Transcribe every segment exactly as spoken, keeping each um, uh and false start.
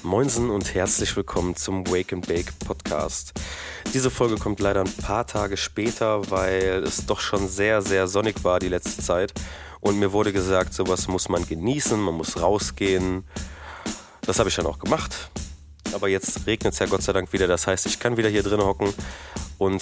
Moinsen und herzlich willkommen zum Wake and Bake Podcast. Diese Folge kommt leider ein paar Tage später, weil es doch schon sehr, sehr sonnig war die letzte Zeit. Und mir wurde gesagt, sowas muss man genießen, man muss rausgehen. Das habe ich dann auch gemacht. Aber jetzt regnet es ja Gott sei Dank wieder, das heißt, ich kann wieder hier drin hocken und...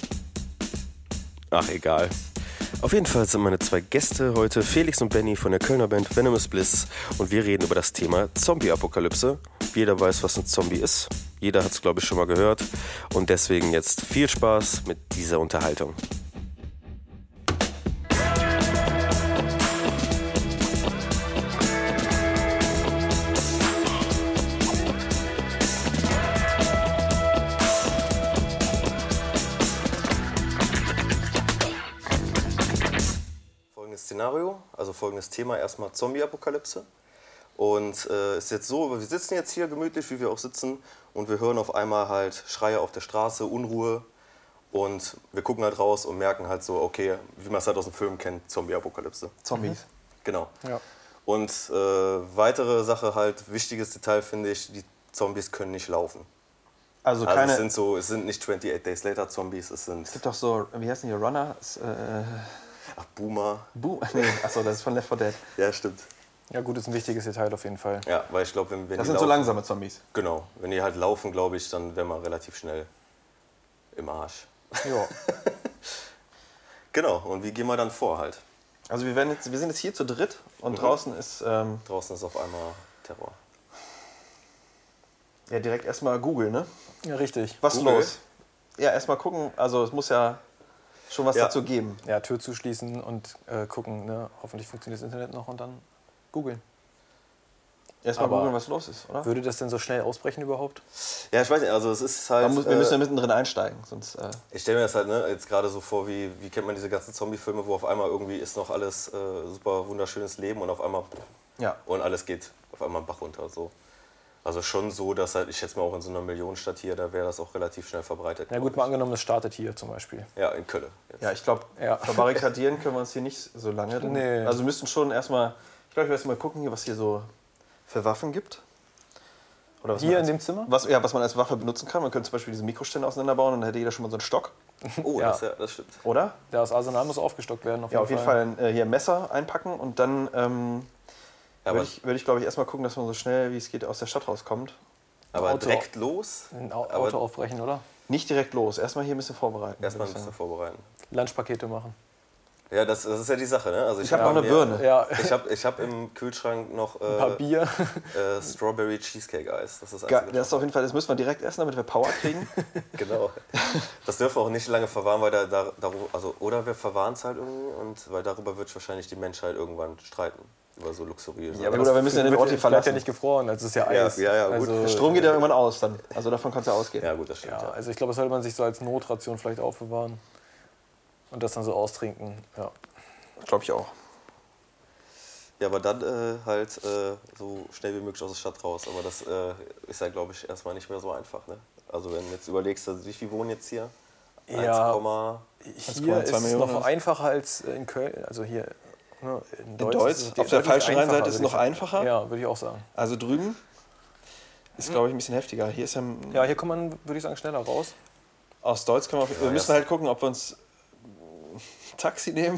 Ach, egal. Auf jeden Fall sind meine zwei Gäste heute Felix und Benny von der Kölner Band Venomous Bliss und wir reden über das Thema Zombie-Apokalypse. Jeder weiß, was ein Zombie ist. Jeder hat es, glaube ich, schon mal gehört. Und deswegen jetzt viel Spaß mit dieser Unterhaltung. Szenario, also folgendes Thema, erstmal Zombie-Apokalypse. Und äh, ist jetzt so, wir sitzen jetzt hier gemütlich, wie wir auch sitzen, und wir hören auf einmal halt Schreie auf der Straße, Unruhe. Und wir gucken halt raus und merken halt so, okay, wie man es halt aus dem Film kennt, Zombie-Apokalypse. Zombies. Mhm. Genau. Ja. Und äh, weitere Sache halt, wichtiges Detail finde ich, die Zombies können nicht laufen. Also, also keine... es sind so, es sind nicht achtundachtzig Days Later Zombies, es sind... Es gibt doch so, wie heißen die, Runner? Es, äh, Ach, Boomer. Bo nee, achso, das ist von Left four Dead. Ja, stimmt. Ja gut, ist ein wichtiges Detail auf jeden Fall. Ja, weil ich glaube, wenn, wenn Das die sind laufen, so langsame Zombies. Genau, wenn die halt laufen, glaube ich, dann wäre man relativ schnell im Arsch. Ja. Genau, und wie gehen wir dann vor halt? Also wir, werden jetzt, wir sind jetzt hier zu dritt und Mhm. draußen ist... Ähm, Draußen ist auf einmal Terror. ja, direkt erstmal Google, ne? Ja, richtig. Was ist Google? los? Ja, erstmal gucken, also es muss ja schon was Ja. dazu geben. Ja, Tür zuschließen und äh, gucken, ne? Hoffentlich funktioniert das Internet noch und dann googeln. Erstmal Aber- googeln, was los ist, oder? Würde das denn so schnell ausbrechen überhaupt? Ja, ich weiß nicht, also es ist halt... Man muss, wir äh, müssen ja mittendrin einsteigen, sonst... Äh, ich stelle mir das halt ne, jetzt gerade so vor, wie, wie kennt man diese ganzen Zombie-Filme, wo auf einmal irgendwie ist noch alles äh, super wunderschönes Leben und auf einmal... ja. Und alles geht auf einmal einen Bach runter. So. Also schon so, dass halt, ich schätze mal auch in so einer Millionenstadt hier, da wäre das auch relativ schnell verbreitet. Na gut, mal angenommen, es startet hier zum Beispiel. Ja, in Köln. Jetzt. Ja, ich glaube, Ja. verbarrikadieren können wir uns hier nicht so lange. denn- Nee. Also wir müssten schon erstmal, ich glaube, ich werde mal gucken, hier, was hier so für Waffen gibt. Oder was Hier man in als, dem Zimmer? was, ja, was man als Waffe benutzen kann. Man könnte zum Beispiel diese Mikroständer auseinanderbauen und dann hätte jeder schon mal so einen Stock, Oh, Ja. das, ja, das stimmt. oder? Ja, das Arsenal muss aufgestockt werden. Auf Ja, jeden auf jeden Fall. Fall, äh, hier ein Messer einpacken und dann ähm, Ja, aber würde ich, würd ich glaube ich, erstmal gucken, dass man so schnell wie es geht aus der Stadt rauskommt. aber Auto- direkt los? Ein Au- Aber- Auto aufbrechen, oder? Nicht direkt los, erstmal hier ein bisschen vorbereiten. Erstmal ein würde ich bisschen sagen. vorbereiten. Lunchpakete machen. Ja, das, das ist ja die Sache, ne? Also Ich habe hab noch eine mir- Birne. Ja, Ich habe ich hab im Kühlschrank noch ein paar äh, Bier. äh, Strawberry Cheesecake Eis. Das ist das Ge- einzige. Das ist auf jeden Fall, das müssen wir direkt essen, damit wir Power kriegen. Genau. Das dürfen wir auch nicht lange verwahren, weil da, da darum, also oder wir verwahren es halt irgendwie und weil darüber wird wahrscheinlich die Menschheit irgendwann streiten über so luxuriöse. Ja, aber wir müssen ja den wird- Ort hier es bleibt ja verlassen. nicht gefroren, also es ist ja Ja, Eis. ja, ja, gut. Also, Der Strom geht ja irgendwann aus dann. Also davon kann es ja ausgehen. ja gut, das stimmt. Ja, Ja. also ich glaube, das sollte man sich so als Notration vielleicht aufbewahren und das dann so austrinken. Ja. Glaube ich auch. Ja, aber dann äh, halt äh, so schnell wie möglich aus der Stadt raus. Aber das äh, ist ja, glaube ich, erstmal nicht mehr so einfach. Ne? Also wenn du jetzt überlegst, also wie viele wohnen jetzt hier? Ja. eins Komma Hier zwei ist es Millionen. noch einfacher als äh, in Köln, also hier ne, in In Deutsch. Deutsch, ist es auf der deutlich falschen einfacher, Rheinseite ist es würde noch ich sagen. einfacher. Ja, würde ich auch sagen. Also drüben ist, glaube ich, ein bisschen heftiger. Hier ist ja, Ja, hier kommt man, würde ich sagen, schneller raus. aus Deutsch können wir, auf, wir Ja, müssen ja. halt gucken, ob wir uns ein Taxi nehmen.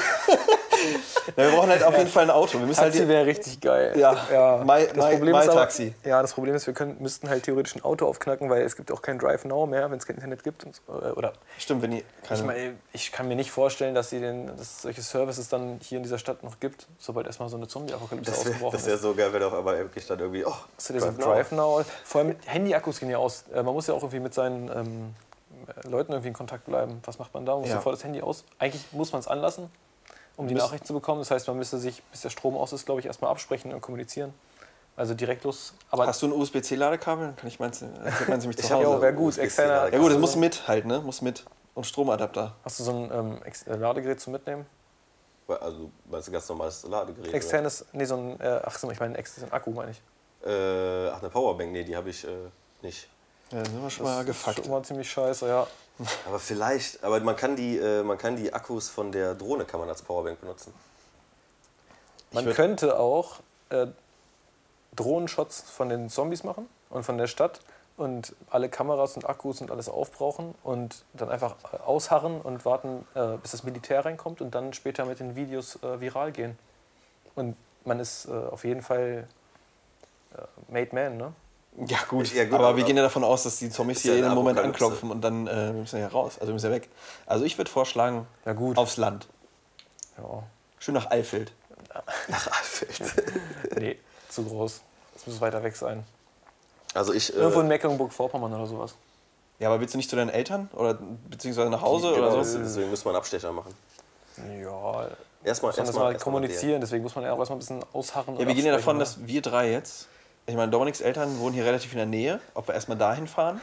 Ja, wir brauchen halt auf jeden Fall ein Auto. Wir müssen Taxi halt wäre richtig geil. Ja, ja. My- das My- Problem My ist aber, Taxi. Ja, das Problem ist, wir können, müssten halt theoretisch ein Auto aufknacken, weil es gibt auch kein Drive Now mehr, wenn es kein Internet gibt. Und so, oder stimmt, wenn die keine, ich, meine, ich kann mir nicht vorstellen, dass, sie den, dass es solche Services dann hier in dieser Stadt noch gibt, sobald erstmal so eine Zombie-Apokalypse Das wäre ausgebrochen wär ist. so geil, wenn auf einmal wirklich dann irgendwie, oh, Hast du diesen Drive Now. Drive Now? Vor allem Handy-Akkus gehen ja aus. Äh, Man muss ja auch irgendwie mit seinen ähm, Leuten irgendwie in Kontakt bleiben. Was macht man da? Man muss Ja. sofort das Handy aus. Eigentlich muss man es anlassen, um die Müssen- Nachricht zu bekommen. Das heißt, man müsste sich, bis der Strom aus ist, glaube ich, erstmal absprechen und kommunizieren. Also direkt los. Aber Hast du ein U S B C-Ladekabel? Dann kann ich meins, dann hat man nämlich zu Ich hab Hause. auch- ja, wäre gut. U S B C Externer, Ladekabel. Ja gut, das hast muss du, mit halt, ne? Muss mit. Und Stromadapter. hast du so ein ähm, Ex äh, Ladegerät zum Mitnehmen? Also meinst du ganz normales Ladegerät? Externes, nee, so ein, äh, ach so, ich meine, ex- so ein Akku, meine ich. Oder? Äh, ach, eine Powerbank, nee, die habe ich äh, nicht. Ja, dann sind wir schon Das mal ist gefuckt. schon mal ziemlich scheiße, ja. Aber vielleicht, aber man kann die, äh, man kann die Akkus von der Drohne kann man als Powerbank benutzen. Man würd- könnte auch äh, Drohnenshots von den Zombies machen und von der Stadt und alle Kameras und Akkus und alles aufbrauchen und dann einfach ausharren und warten, äh, bis das Militär reinkommt und dann später mit den Videos äh, viral gehen. Und man ist äh, auf jeden Fall äh, made man, ne? Ja gut, Ja, gut, aber, aber wir gehen ja davon aus, dass die Zombies ist hier ja jeden eine Moment Apokalypse. anklopfen und dann äh, müssen wir ja raus, also müssen wir weg. Also ich würde vorschlagen, Ja, gut. aufs Land. Ja. Schön nach Eifeld. Nach Alfeld. Nee, zu groß. Das muss weiter weg sein. Also ich... Irgendwo in Äh, Mecklenburg-Vorpommern oder sowas. Ja, aber willst du nicht zu deinen Eltern oder beziehungsweise nach Hause genau, oder so? deswegen müssen wir einen Abstecher machen. Ja, Erstmal, muss man das erstmal, mal erstmal kommunizieren, deswegen muss man ja auch erstmal ein bisschen ausharren. Ja, und wir gehen ja davon, absprechen, dass wir drei jetzt, ich meine, Dominiks Eltern wohnen hier relativ in der Nähe, ob wir erstmal dahin fahren.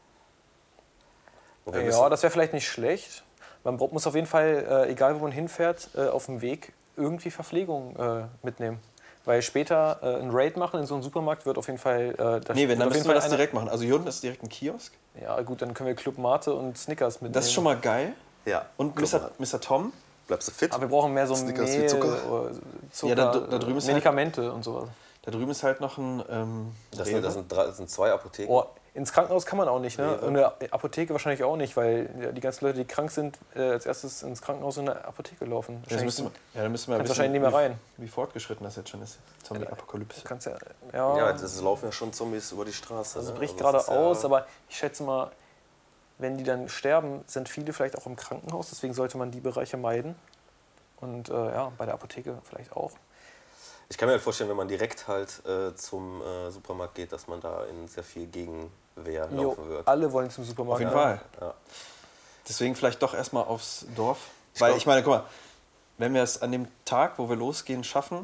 Und wir ne? müssen- Ja, das wäre vielleicht nicht schlecht. Man braucht- muss auf jeden Fall, äh, egal wo man hinfährt, äh, auf dem Weg irgendwie Verpflegung äh, mitnehmen. Weil später äh, ein Raid machen in so einem Supermarkt wird auf jeden Fall... Äh, das Nee, wenn, wird dann auf müssen jeden wir das einer- direkt machen. Also hier unten ist direkt ein Kiosk. Ja gut, dann können wir Club Mate und Snickers mitnehmen. Das ist schon mal geil. Ja. Und Guck Mister mal. Mister Tom, Bleibst du fit? Aber wir brauchen mehr so Snickers Mehl, wie Zucker? oder Zucker, Ja, da- da drüben ist halt- Medikamente und sowas. da drüben ist halt noch ein ähm, Das Rewe. sind, das, sind drei, das sind zwei Apotheken. Oh, ins Krankenhaus kann man auch nicht, ne? Rewe. In der Apotheke wahrscheinlich auch nicht, weil ja, die ganzen Leute, die krank sind, äh, als erstes ins Krankenhaus und in der Apotheke laufen. Das Wahrscheinlich müssen wir, ja, da müssen wir kannst wissen, wahrscheinlich nicht mehr rein. Wie, wie fortgeschritten das jetzt schon ist. Zombie-Apokalypse. Kannst ja, ja, Ja, das laufen ja schon Zombies über die Straße. also ne? bricht Also gerade das ist aus, ja, aber ich schätze mal, wenn die dann sterben, sind viele vielleicht auch im Krankenhaus, deswegen sollte man die Bereiche meiden. Und äh, ja, bei der Apotheke vielleicht auch. Ich kann mir halt vorstellen, wenn man direkt halt äh, zum äh, Supermarkt geht, dass man da in sehr viel Gegenwehr Jo, laufen wird. alle wollen zum Supermarkt. Auf jeden ja. Fall. Ja. Deswegen vielleicht doch erstmal aufs Dorf. Ich Weil glaub- ich meine, guck mal, wenn wir es an dem Tag, wo wir losgehen, schaffen,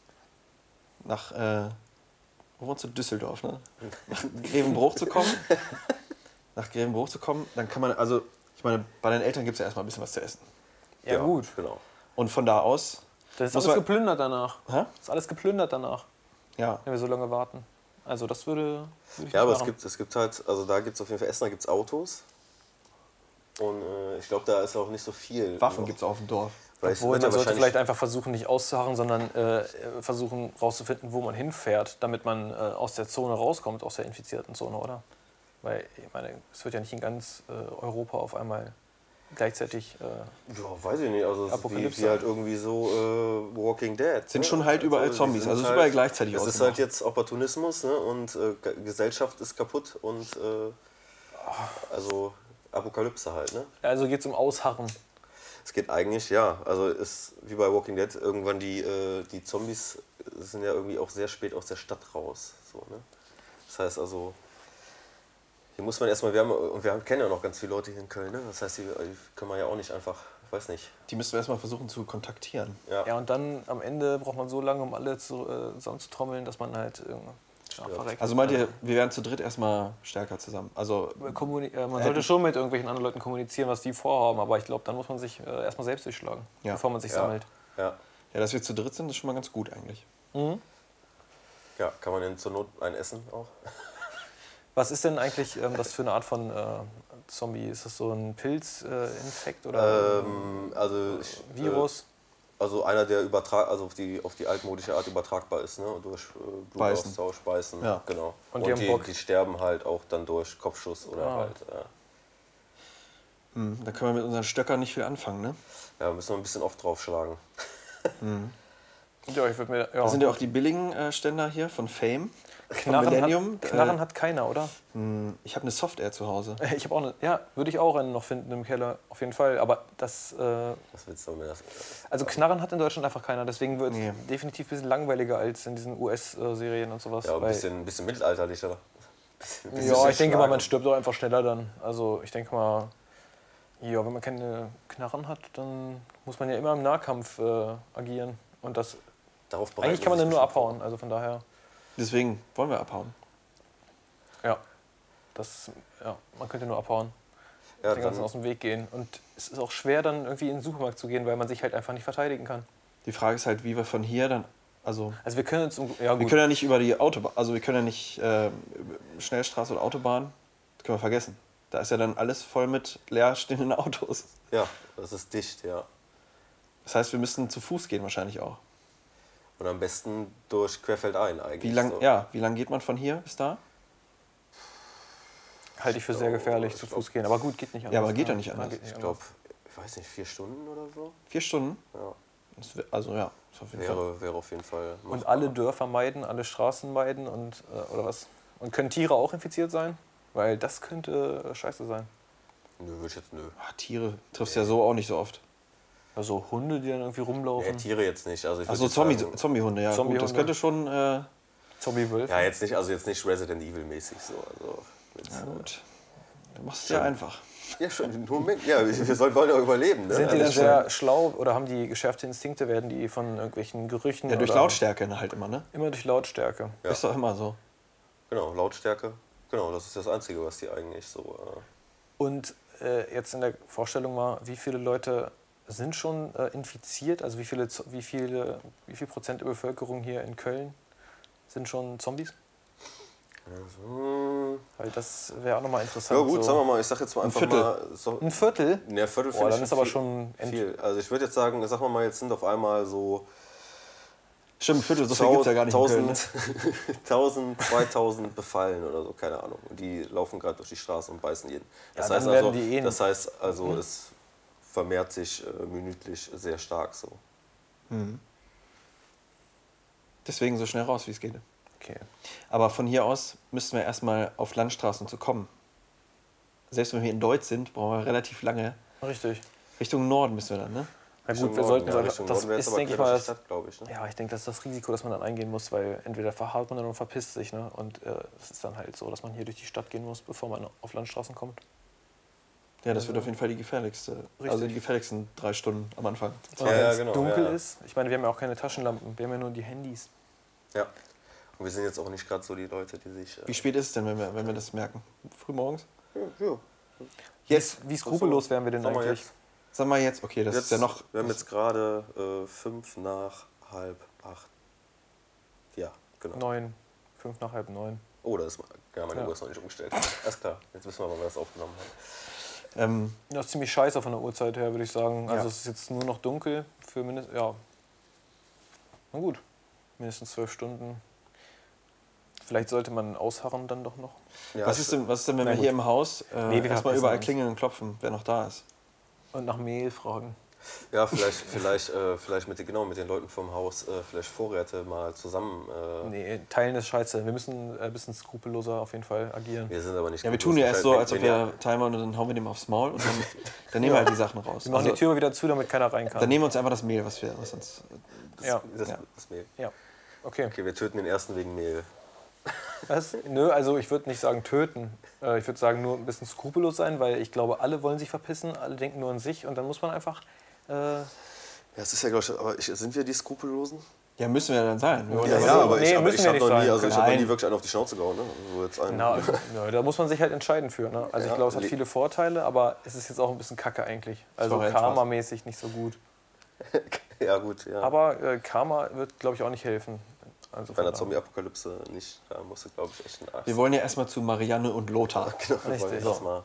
nach, äh, wo wohnst du? Düsseldorf, ne? Nach Grevenbruch zu kommen, nach Grevenbruch zu kommen, dann kann man, also, ich meine, bei deinen Eltern gibt es ja erstmal ein bisschen was zu essen. Ja, gut. Genau. Und von da aus, Das ist Muss alles man- geplündert danach. hä? Das ist alles geplündert danach, Ja. wenn wir so lange warten. Also das würde, würde ich Ja, aber nicht es machen. gibt, es gibt halt, also da gibt es auf jeden Fall Essen, da gibt es Autos. Und äh, ich glaube, da ist auch nicht so viel. Waffen noch. gibt es auf dem Dorf. Weil es Obwohl, wird ja man sollte wahrscheinlich- vielleicht einfach versuchen, nicht auszuharren, sondern äh, versuchen rauszufinden, wo man hinfährt, damit man äh, aus der Zone rauskommt, aus der infizierten Zone, oder? Weil, ich meine, es wird ja nicht in ganz äh, Europa auf einmal gleichzeitig... Äh, Ja, weiß ich nicht. Also es ist wie, Apokalypse. wie halt irgendwie so äh, Walking Dead. Sind ne? schon halt überall die Zombies, sind also es ist halt, überall gleichzeitig Es ist ausgemacht. halt jetzt Opportunismus, ne? Und äh, Ge- Gesellschaft ist kaputt und äh, also Apokalypse halt, ne? also geht es um Ausharren. Es geht eigentlich, ja, also ist wie bei Walking Dead, irgendwann die, äh, die Zombies sind ja irgendwie auch sehr spät aus der Stadt raus. So, ne? Das heißt also, hier muss man erstmal, wir haben, und wir haben, kennen ja noch ganz viele Leute hier in Köln, ne? Das heißt, die, die können wir ja auch nicht einfach, ich weiß nicht. Die müssen wir erstmal versuchen zu kontaktieren. Ja, Ja, und dann am Ende braucht man so lange, um alle zu, äh, zusammenzutrommeln, dass man halt äh, ja, verreckt. Also meint ihr, wir werden zu dritt erstmal stärker zusammen? Also Kommuni äh, man Hätten- sollte schon mit irgendwelchen anderen Leuten kommunizieren, was die vorhaben, aber ich glaube, dann muss man sich äh, erstmal selbst durchschlagen, Ja. bevor man sich Ja. sammelt. ja, ja, dass wir zu dritt sind, ist schon mal ganz gut eigentlich. Mhm. ja, kann man denn zur Not ein Essen auch? Was ist denn eigentlich ähm, das für eine Art von äh, Zombie? Ist das so ein Pilzinfekt äh, Infekt oder Ähm, also ich, ein Virus? Äh, also einer, der übertrag, also auf die, auf die altmodische Art übertragbar ist, ne? Durch äh, Beißen. Blutaustausch, Beißen, Ja. genau. Und Und, die haben die, Bock. die sterben halt auch dann durch Kopfschuss oder Ah. halt. Ja. Hm, da können wir mit unseren Stöckern nicht viel anfangen, ne? Ja, müssen wir ein bisschen oft draufschlagen. Ja, ich würde mir. Ja, Das sind ja auch die billigen äh, Ständer hier von Fame. Knarren, von Millennium. hat, Knarren äh, hat keiner, oder? hm, ich habe eine Software zu Hause. Ich habe auch eine. Ja, würde ich auch einen noch finden im Keller, auf jeden Fall. Aber das. Äh, Was willst du mit das? also Knarren hat in Deutschland einfach keiner. Deswegen wird es Nee. definitiv ein bisschen langweiliger als in diesen U S-Serien und sowas. Ja, ein weil- bisschen, ein bisschen mittelalterlicher. Bisschen, bisschen Ja, ich denke mal, schlagen. man stirbt auch einfach schneller dann. Also ich denke mal, ja, wenn man keine Knarren hat, dann muss man ja immer im Nahkampf äh, agieren. Und das Darauf bereiten eigentlich kann man sie dann sich nur bestimmt abhauen. Also von daher, Deswegen wollen wir abhauen. ja, das, ja, man könnte nur abhauen, vor. Ja, den ganzen dann, aus dem Weg gehen. Und es ist auch schwer, dann irgendwie in den Supermarkt zu gehen, weil man sich halt einfach nicht verteidigen kann. Die Frage ist halt, wie wir von hier dann, also Also wir können uns, um, ja wir gut, können ja nicht über die Autobahn, also wir können ja nicht äh, Schnellstraße oder Autobahn, das können wir vergessen. Da ist ja dann alles voll mit leer stehenden Autos. ja, das ist dicht, ja. Das heißt, wir müssen zu Fuß gehen wahrscheinlich auch. Und am besten durch Querfeldein eigentlich. Wie lang, so. ja, wie lang geht man von hier bis da? Halte ich für sehr glaub, gefährlich ich zu glaub- Fuß gehen. Aber gut, geht nicht anders. Ja, aber geht ne? ja nicht anders. geht nicht Ich glaube, ich weiß nicht, vier Stunden oder so. Vier Stunden? Ja. Das wär, also ja, ist auf jeden Fall. Wäre, wäre auf jeden Fall Und machbar. alle Dörfer meiden, alle Straßen meiden und äh, oder was? Und können Tiere auch infiziert sein? Weil das könnte äh, scheiße sein. Nö, würde ich jetzt nö. Ah, Tiere triffst du ja so auch nicht so oft. Also Hunde, die dann irgendwie Nee, rumlaufen. Tiere jetzt nicht. Also ich würd Achso, jetzt Zombie, sagen- Zombiehunde, ja. Zombiehunde. Gut, das könnte schon. Äh, Zombie-Wölfe. Ja, jetzt nicht, also jetzt nicht Resident Evil mäßig so. Also jetzt, na gut. Du machst es Schon. ja einfach. Ja, schon. Moment. Ja, wir wir sollen, wollen ja überleben. Ne? Sind die Also dann schon- sehr schlau oder haben die geschärfte Instinkte? Werden die von irgendwelchen Gerüchen? Ja, durch oder Lautstärke halt immer, ne? Immer durch Lautstärke. Ja. Ist doch immer so. Genau, Lautstärke. Genau, das ist das Einzige, was die eigentlich so. Äh, Und äh, jetzt in der Vorstellung mal, wie viele Leute sind schon äh, infiziert? Also wie viele, Zo- wie viele, wie viel Prozent der Bevölkerung hier in Köln sind schon Zombies? also, Weil das wäre auch nochmal interessant. ja gut, so. sagen wir mal, ich sag jetzt mal einfach Viertel. mal. So, Ein Viertel? ne, Viertel Oh, finde dann ich ist aber viel, schon ent- viel. Also ich würde jetzt sagen, sagen wir mal, jetzt sind auf einmal so Stimmt, ein Viertel, so viel gibt es ja gar nicht in Köln. Ne? tausend, zweitausend befallen oder so, keine Ahnung. Und die laufen gerade durch die Straße und beißen jeden. Das Ja, heißt dann also, werden die eh- das heißt also es vermehrt sich äh, minütlich sehr stark so. Deswegen so schnell raus, wie es geht. Okay. Aber von hier aus müssten wir erstmal auf Landstraßen zu kommen. Selbst wenn wir in Deutsch sind, brauchen wir relativ lange. Richtig. Richtung Norden müssen wir dann, ne? Na Richtung gut, wir Norden, sollten ja, so- Richtung das Norden wäre jetzt ist, aber denke ich Kölnische mal, das, Stadt, glaube ich. Ne? ja, ich denke, das ist das Risiko, das man dann eingehen muss, weil entweder verharrt man dann und verpisst sich, ne? Und äh, es ist dann halt so, dass man hier durch die Stadt gehen muss, bevor man auf Landstraßen kommt. Ja, das wird auf jeden Fall die gefährlichste. Also die Richtig. gefährlichsten drei Stunden am Anfang. Und Ja, wenn ja, es genau, dunkel ja. ist, ich meine, wir haben ja auch keine Taschenlampen, wir haben ja nur die Handys. Ja. Und wir sind jetzt auch nicht gerade so die Leute, die sich. Äh, Wie spät ist es denn, wenn wir, wenn wir das merken? Frühmorgens? ja, ja. Jetzt, Wie skrupellos wären wir denn Sagen wir eigentlich? jetzt, sag mal jetzt, okay, das jetzt, ist ja noch. Wir haben jetzt gerade äh, fünf nach halb acht. Ja, genau. Neun, fünf nach halb neun. Oh, das ist ja, meine Ja. Uhr ist noch nicht umgestellt. Alles klar, jetzt wissen wir mal, wann wir das aufgenommen haben. Ähm, Das ist ziemlich scheiße von der Uhrzeit her, würde ich sagen. Also Ja. es ist jetzt nur noch dunkel für mindestens, ja, na gut, mindestens zwölf Stunden. Vielleicht sollte man ausharren dann doch noch. Ja, was, ich- ist denn, was ist denn, wenn Na wir gut. hier im Haus äh, Nee, wir erstmal verpassen überall uns. klingeln und klopfen, wer noch da ist? Und nach Mehl fragen. Ja, vielleicht, vielleicht, äh, vielleicht mit, den- genau, mit den Leuten vom Haus äh, vielleicht Vorräte mal zusammen. Äh, Nee, teilen ist scheiße. Wir müssen äh, ein bisschen skrupelloser auf jeden Fall agieren. Wir sind aber nicht Ja, wir gut tun ja los. erst so, Wenn- als ob wenn wir timern und dann hauen wir dem aufs Maul und dann, dann nehmen wir halt die Sachen raus. Wir machen Also, die Tür wieder zu, damit keiner rein kann. dann nehmen wir uns einfach das Mehl, was wir was uns. Das, Ja. das, Ja. das Mehl. Ja, okay. Okay, wir töten den ersten wegen Mehl. Was? Nö, also ich würde nicht sagen töten. Äh, ich würde sagen nur ein bisschen skrupellos sein, weil ich glaube, alle wollen sich verpissen, alle denken nur an sich und dann muss man einfach... Äh, Ja, das ist ja, glaube ich, aber ich, sind wir die Skrupellosen? Ja, müssen wir dann sein. Wir wollen Ja, ja, ja, was- aber- nee, ich, aber müssen ich wir habe nicht noch nie, sein. also ich hab noch Nein. nie wirklich einen auf die Schnauze gehauen. Ne? So jetzt einen. na, nö, da muss man sich halt entscheiden für. Ne? Also Ja, ich glaube, es hat le- viele Vorteile, aber es ist jetzt auch ein bisschen kacke eigentlich. Also war rein Spaß. karmamäßig nicht so gut. Ja, gut, ja. Aber äh, Karma wird, glaube ich, auch nicht helfen. Also Bei von einer daher. Zombie-Apokalypse nicht. Da musst du, glaube ich, echt einen Arsch. wir wollen ja erstmal zu Marianne und Lothar. Genau, wir Richtig. wollen So. das mal.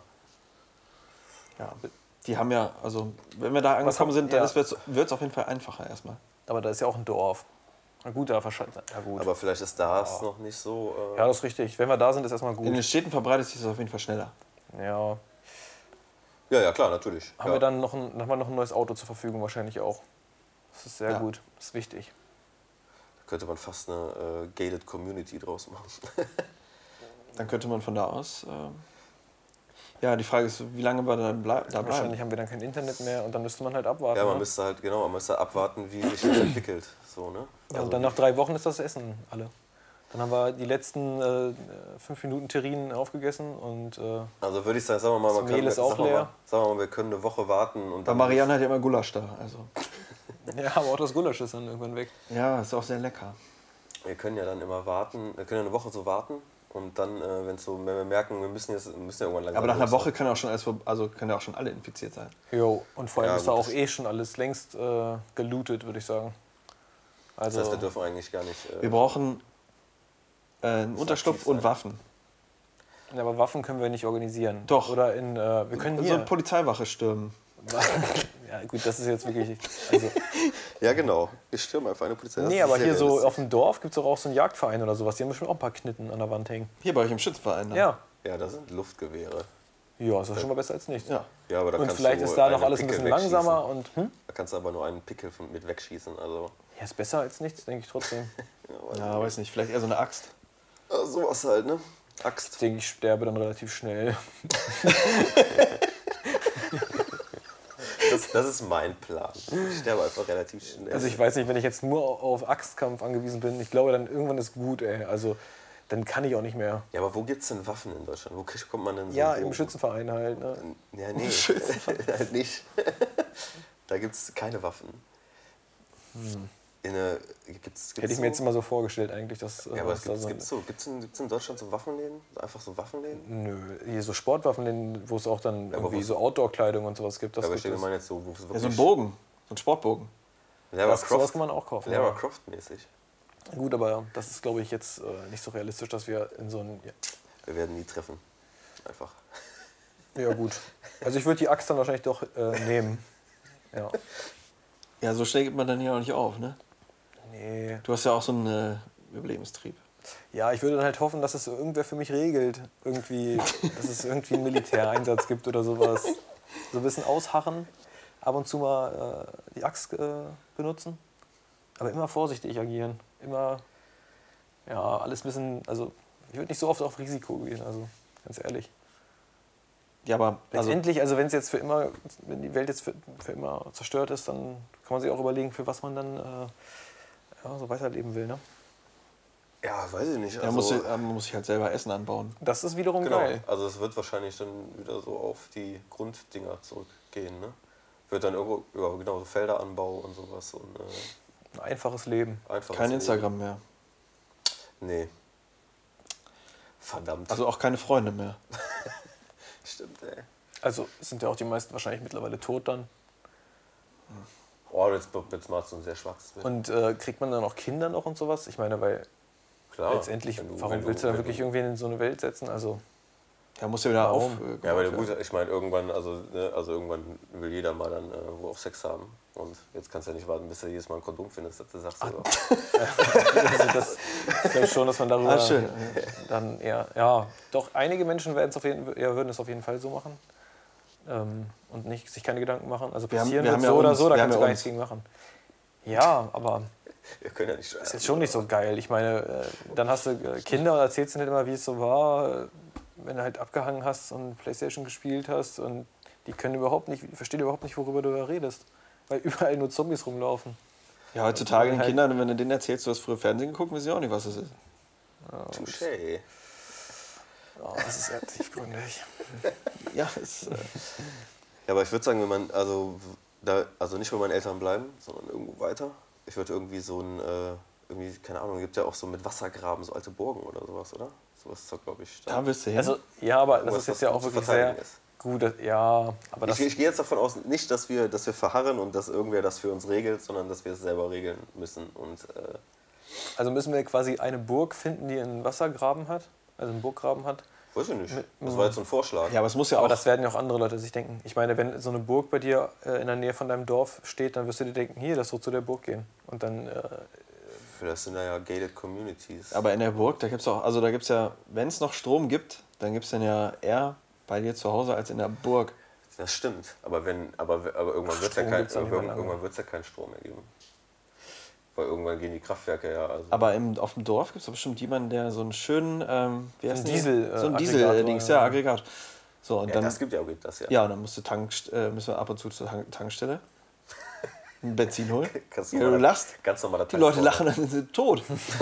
Ja, die haben ja, also wenn wir da Was angekommen haben- sind, dann ja. wird es auf jeden Fall einfacher erstmal. Aber da ist ja auch ein Dorf. Na gut, da wahrscheinlich. Ja, gut. Aber vielleicht ist das noch nicht so. Äh, ja, das ist richtig. Wenn wir da sind, ist erstmal In den gut. Städten verbreitet sich das auf jeden Fall schneller. Ja. ja, ja, klar, natürlich. Haben ja. wir dann noch ein, haben wir noch ein neues Auto zur Verfügung wahrscheinlich auch. Das ist sehr Ja. gut. Das ist wichtig. Da könnte man fast eine äh, gated Community draus machen. Dann könnte man von da aus. ähm, ja, die Frage ist, wie lange wir dann blei da Wahrscheinlich bleiben. haben wir dann kein Internet mehr und dann müsste man halt abwarten. Ja, man ne? müsste halt, genau, man müsste abwarten, wie sich das entwickelt. So, ne? Ja, und dann nach drei Wochen ist das Essen alle. Dann haben wir die letzten äh, fünf Minuten Terrinen aufgegessen und äh, Also würde ich sagen, sagen wir mal, man Das Mehl kann, ist auch sagen wir leer. Mal, sagen wir mal, wir können eine Woche warten und Bei dann. Marianne hat ja immer Gulasch da. Also. ja, aber auch das Gulasch ist dann irgendwann weg. Ja, ist auch sehr lecker. Wir können ja dann immer warten, wir können ja eine Woche so warten und dann, äh, wenn so, wenn wir merken, wir müssen jetzt, wir müssen ja irgendwann langsam. Aber nach einer los, Woche ne? kann auch schon alles, vor- also können ja auch schon alle infiziert sein. Jo, und vor allem Ja, ist da gut, auch das- eh schon alles längst äh, gelootet, würde ich sagen. Also, Das heißt, wir dürfen eigentlich gar nicht. Äh, Wir brauchen äh, einen Unterschlupf aktiv und sein. Waffen. ja, aber Waffen können wir nicht organisieren. Doch. Oder in, äh, wir können So hier. eine Polizeiwache stürmen. ja, gut, das ist jetzt wirklich. Also, Ja, genau. Wir stürmen einfach eine Polizei. Das Nee, ist aber sehr hier so realistisch. auf dem Dorf gibt es auch so einen Jagdverein oder sowas. Die haben bestimmt auch ein paar Knitten an der Wand hängen. Hier bei euch im Schützenverein. Ne? Ja. Ja, das sind Luftgewehre. Ja, ist doch schon mal besser als nichts. Ja. Ja, aber da Und kannst vielleicht du ist da noch einen alles ein Pickel bisschen langsamer wegschießen. und. Hm? Da kannst du aber nur einen Pickel von- mit wegschießen. Also, Ja, ist besser als nichts, denke ich trotzdem. Ja, weiß nicht, vielleicht eher so eine Axt. ja, sowas halt, ne? Axt. Ich denke, ich sterbe dann relativ schnell. Das, das ist mein Plan. Ich sterbe einfach relativ schnell. Also ich weiß nicht, wenn ich jetzt nur auf Axtkampf angewiesen bin, ich glaube, dann irgendwann ist gut, ey. Also dann kann ich auch nicht mehr. Ja, aber wo gibt's denn Waffen in Deutschland? Wo kriegt, kommt man denn so? Ja, wo? im Schützenverein halt. Ne? Ja, nee, halt nicht. Da gibt's keine Waffen. Hm. In eine, gibt's, gibt's Hätte ich so? mir jetzt immer so vorgestellt eigentlich, dass Ja, aber dass es da gibt's, so gibt's, so, gibt's, in, gibt's in Deutschland so Waffenläden? Einfach so Waffenläden? Nö, hier so Sportwaffen, wo es auch dann aber irgendwie wo- so Outdoor-Kleidung und sowas gibt. Das Ja, aber gibt ich es. meine jetzt so, wo es wirklich... Ja, so ein Bogen, so ein Sportbogen. Lara Das, sowas Croft, kann man auch kaufen. Lara Ja. Croft mäßig. Gut, aber das ist, glaube ich, jetzt äh, nicht so realistisch, dass wir in so ein... Ja, Wir werden nie treffen. Einfach. ja gut. Also ich würde die Axt dann wahrscheinlich doch äh, nehmen. Ja. Ja, so schnell gibt man dann hier auch nicht auf, ne? Nee. Du hast ja auch so einen äh, Überlebenstrieb. Ja, ich würde dann halt hoffen, dass es irgendwer für mich regelt. Irgendwie, dass es irgendwie einen Militäreinsatz gibt oder sowas. So ein bisschen ausharren, ab und zu mal äh, die Axt äh, benutzen. Aber immer vorsichtig agieren. Immer, ja, alles ein bisschen, also ich würde nicht so oft auf Risiko gehen, also ganz ehrlich. Ja, aber also, Letztendlich, also wenn es jetzt für immer, wenn die Welt jetzt für, für immer zerstört ist, dann kann man sich auch überlegen, für was man dann äh, ja, so weiterleben will. Ne? Ja, weiß ich nicht. da Also, muss, ich- man muss sich halt selber Essen anbauen. Das ist wiederum genau. geil. Also es wird wahrscheinlich dann wieder so auf die Grunddinger zurückgehen, ne? Wird dann irgendwo, ja, genau, so Felderanbau und sowas und äh, Ein einfaches Leben. einfach. Kein Instagram mehr. Nee. Verdammt. Also auch keine Freunde mehr. Stimmt, ey. Also sind ja auch die meisten wahrscheinlich mittlerweile tot dann. Oh, jetzt, jetzt machst du ein sehr schwarzes Bild. Und äh, kriegt man dann auch Kinder noch und sowas? Ich meine, weil Klar. letztendlich, wenn du- warum wenn du- willst du dann wenn wirklich du- irgendwen in so eine Welt setzen? Also, Da muss ja wieder Warum? auf. Äh, Ja, aber gebaut gut, werden. ich meine, irgendwann, also, ne, also irgendwann will jeder mal dann äh, wo auch Sex haben. Und jetzt kannst du ja nicht warten, bis du jedes Mal ein Kondom findest, dass du sagst, so, also das, ich glaube schon, dass man darüber Ah, schön. dann eher, ja, doch einige Menschen werden es auf jeden, ja, würden es auf jeden Fall so machen ähm, und nicht, sich keine Gedanken machen. Also Wir haben- passieren wir wird haben so ja oder uns, so, da wir kannst haben du ja gar uns. nichts gegen machen. Ja, aber wir können ja nicht ist jetzt schon nicht so geil. Ich meine, äh, dann hast du äh, Kinder und erzählst ihnen halt immer, wie es so war, äh, wenn du halt abgehangen hast und Playstation gespielt hast und die können überhaupt nicht, verstehen überhaupt nicht, worüber du da redest. Weil überall nur Zombies rumlaufen. Ja, heutzutage den halt- Kindern, wenn du denen erzählst, du hast früher Fernsehen geguckt, wissen sie auch nicht, was das ist. Touché. Ja, das ist sehr tiefgründig. Ja, es, äh, Ja, aber ich würde sagen, wenn man, also, da, also nicht bei meinen Eltern bleiben, sondern irgendwo weiter. Ich würde irgendwie so ein, äh, irgendwie, keine Ahnung, gibt ja auch so mit Wassergraben so alte Burgen oder sowas, oder? Sowas ist doch, glaube ich, da. da willst du hin. Also, ja, aber das Irgendwas, ist jetzt was ja gut auch zu wirklich verteidigen sehr ist. gut. das- Ja, aber das, Ich, ich gehe jetzt davon aus, nicht, dass wir, dass wir verharren und dass irgendwer das für uns regelt, sondern dass wir es selber regeln müssen. Und äh, also müssen wir quasi eine Burg finden, die einen Wassergraben hat, also einen Burggraben hat. weiß ich nicht. Mit- Das war jetzt so ein Vorschlag. ja, aber es muss ja Aber auch. das werden ja auch andere Leute sich denken. Ich meine, wenn so eine Burg bei dir äh, in der Nähe von deinem Dorf steht, dann wirst du dir denken, hier, lass so zu der Burg gehen. Und dann, äh, Vielleicht sind da ja gated communities. Aber in der Burg, da gibt es auch, also da gibt es ja, wenn es noch Strom gibt, dann gibt es dann ja eher bei dir zu Hause als in der Burg. Das stimmt. Aber, wenn, aber, aber irgendwann wird es ja, Strom kein, gibt's auch nicht mehr irgendwann, lange. irgendwann wird's ja keinen Strom mehr geben. Weil irgendwann gehen die Kraftwerke ja. Also Aber im, auf dem Dorf gibt es doch bestimmt jemanden, der so einen schönen, ähm, wie heißt ein die? Diesel, äh, so ein Aggregator, Diesel-Dings, ja, ja. Aggregat. So, und ja, dann, das gibt ja auch das, ja. ja, und dann musst du Tank, äh, müssen wir ab und zu zur Tank, Tankstelle ein Benzin holen. Ganz Ja, du normaler- lachst. Ganz normaler Die Leute Tankstelle. lachen, dann sind sie tot.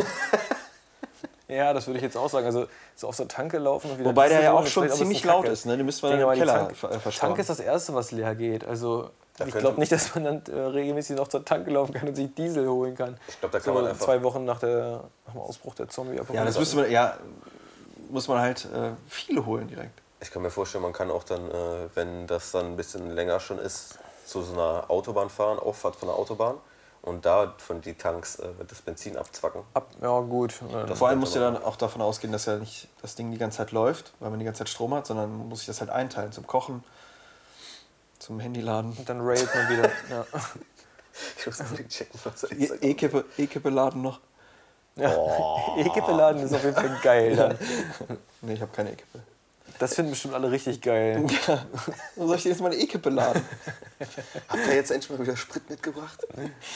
ja, das würde ich jetzt auch sagen. Also so auf so Tanke laufen und wieder Wobei der Diesel ja holen, auch ist schon vielleicht auch ein ziemlich bisschen laut kacke. ist, ne? Den müssten Ich wir denke im mal, die Keller Tank, ver- äh, Tank verstauen. ist das Erste, was leer geht. Also Da ich könnte- glaube nicht, dass man dann äh, regelmäßig noch zur Tanke laufen kann und sich Diesel holen kann. Ich glaube, da kann So man einfach. zwei Wochen nach, der, nach dem Ausbruch der Zombie-Apokalypse. Ja, das müsste man, ja, muss man halt äh, viele holen direkt. Ich kann mir vorstellen, man kann auch dann, äh, wenn das dann ein bisschen länger schon ist, zu so einer Autobahn fahren, Auffahrt von der Autobahn und da von die Tanks äh, das Benzin abzwacken. Ab, ja, gut. Das Vor allem könnte musst du man dann auch davon ausgehen, dass ja nicht das Ding die ganze Zeit läuft, weil man die ganze Zeit Strom hat, sondern man muss sich das halt einteilen zum Kochen, zum Handyladen. Und dann railt man wieder. Ja. Ich muss unbedingt checken, was er E- E-Kippe, E-Kippe laden noch. Ja. Oh. E-Kippe-Laden ist auf jeden Fall geil dann. Nee, ich habe keine E-Kippe. Das finden bestimmt alle richtig geil. Ja. Wo soll ich denn jetzt meine E-Kippe laden? Habt ihr jetzt endlich mal wieder Sprit mitgebracht?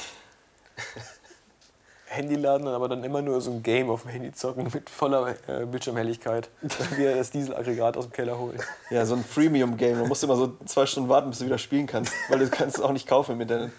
Handyladen und aber dann immer nur so ein Game auf dem Handy zocken mit voller äh, Bildschirmhelligkeit. Dann wieder das Dieselaggregat aus dem Keller holen. Ja, so ein Freemium-Game. Da musst du immer so zwei Stunden warten, bis du wieder spielen kannst. Weil du kannst es auch nicht kaufen im Internet.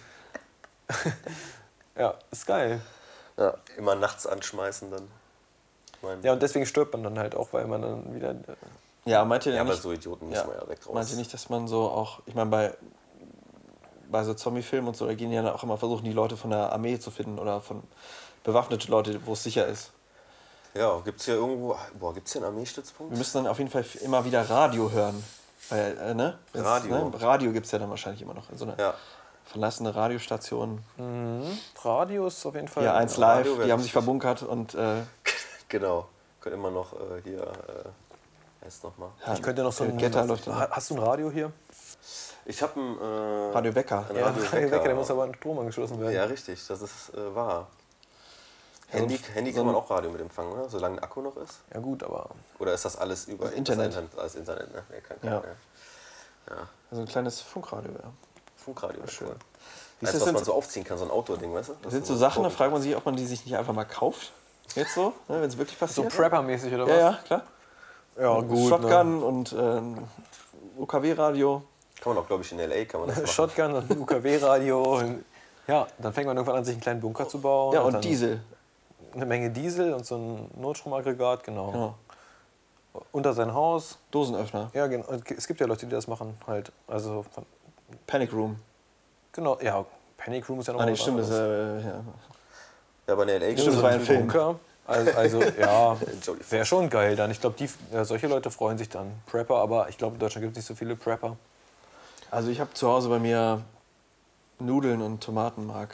Ja, ist geil. Ja, immer nachts anschmeißen dann. Mein, Ja, und deswegen stirbt man dann halt auch, weil man dann wieder... Äh, Ja, meint ihr ja, ja aber nicht, so Idioten müssen ja, wir ja weg raus. meint ihr nicht, dass man so auch, ich meine, bei, bei so Zombie-Filmen und so, da gehen ja dann auch immer versuchen, die Leute von der Armee zu finden oder von bewaffnete Leute, wo es sicher ist. Ja, gibt's hier irgendwo, boah, gibt's hier einen Armeestützpunkt? Wir müssen dann auf jeden Fall immer wieder Radio hören. Weil, äh, ne? Wenn's, Radio. Ne? Radio gibt es ja dann wahrscheinlich immer noch in so einer Ja. verlassene Radiostation. mhm. Radio ist auf jeden Fall... Ja, eins Radio live, wär die haben richtig. sich verbunkert und äh, Genau. Können immer noch äh, hier, äh, heißt nochmal. ja, Ich könnte noch so ein... Getter läuft dann. Ha- Hast du ein Radio hier? Ich habe ein äh, Radio Wecker. ein Ja, Radio Radio Wecker. der muss aber an Strom angeschlossen werden. Ja, richtig, das ist äh, wahr. Ja, Handy, so ein- Handy so kann man ein- auch Radio mit empfangen, oder? Solange ein Akku noch ist? Ja gut, aber... Oder ist das alles über Das Internet. Das Internet, alles Internet, ne? Nee, kein, Ja. kein, ja. Also ein kleines Funkradio, ja. Funkradio, Schön. cool. Wie ist Eins, das was denn man so- so aufziehen kann, so ein Outdoor-Ding, weißt du? Das sind so Sachen, da fragt man sich, ob man die sich nicht einfach mal kauft. Jetzt so, ne, wenn es wirklich So passiert. Prepper-mäßig oder was? Ja, ja, klar. Ja, gut. Shotgun und ähm, U K W-Radio. Kann man auch, glaube ich, in L A kann man das Ne? machen. Shotgun und ein U K W-Radio. und- Ja, dann fängt man irgendwann an, sich einen kleinen Bunker zu bauen. Ja, und dann Diesel. Eine Menge Diesel und so ein Notstromaggregat, genau. Genau. Unter sein Haus. Dosenöffner. Ja, genau. Und es gibt ja Leute, die das machen halt. Also, von, Panic Room. genau, ja, Panic Room ist ja noch Ah, nee, was stimmt. Das, anderes. äh, ja. Ja, aber in L A Stimmt, das war ein Film. Bunker. Also, also ja, Jolly wäre schon geil dann. Ich glaube, die ja, solche Leute freuen sich dann. Prepper, aber ich glaube, in Deutschland gibt es nicht so viele Prepper. Also ich habe zu Hause bei mir Nudeln und Tomatenmark.